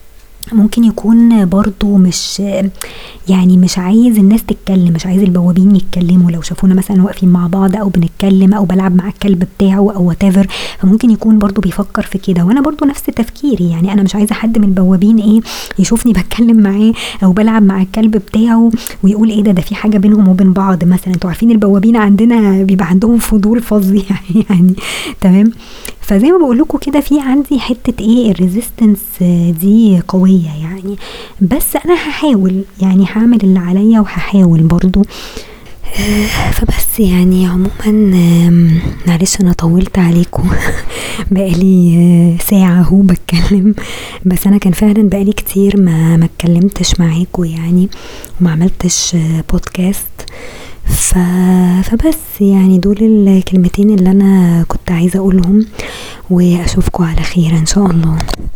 Speaker 1: ممكن يكون برضو مش يعني مش عايز الناس تتكلم، مش عايز البوابين يتكلموا لو شافونا مثلا واقفين مع بعض او بنتكلم او بلعب مع الكلب بتاعه او whatever. فممكن يكون برضو بيفكر في كده، وانا برضو نفس تفكيري. يعني انا مش عايزه حد من البوابين ايه يشوفني بتكلم معاه او بلعب مع الكلب بتاعه ويقول ايه ده ده في حاجه بينهم وبين بعض مثلا. انتوا عارفين البوابين عندنا بيبقى عندهم فضول فظيع يعني تمام. فزي ما بقول لكم كده في عندي حته ايه الريزيستنس دي قويه يعني، بس انا هحاول يعني هعمل اللي عليا وهحاول برضو. فبس يعني عموما معلش انا طولت عليكم بقالي ساعه اهو بتكلم، بس انا كان فعلا بقالي كتير ما ما اتكلمتش معاكم يعني وما عملتش بودكاست. ف... فبس يعني دول الكلمتين اللي انا كنت عايزه اقولهم، واشوفكم على خير ان شاء الله.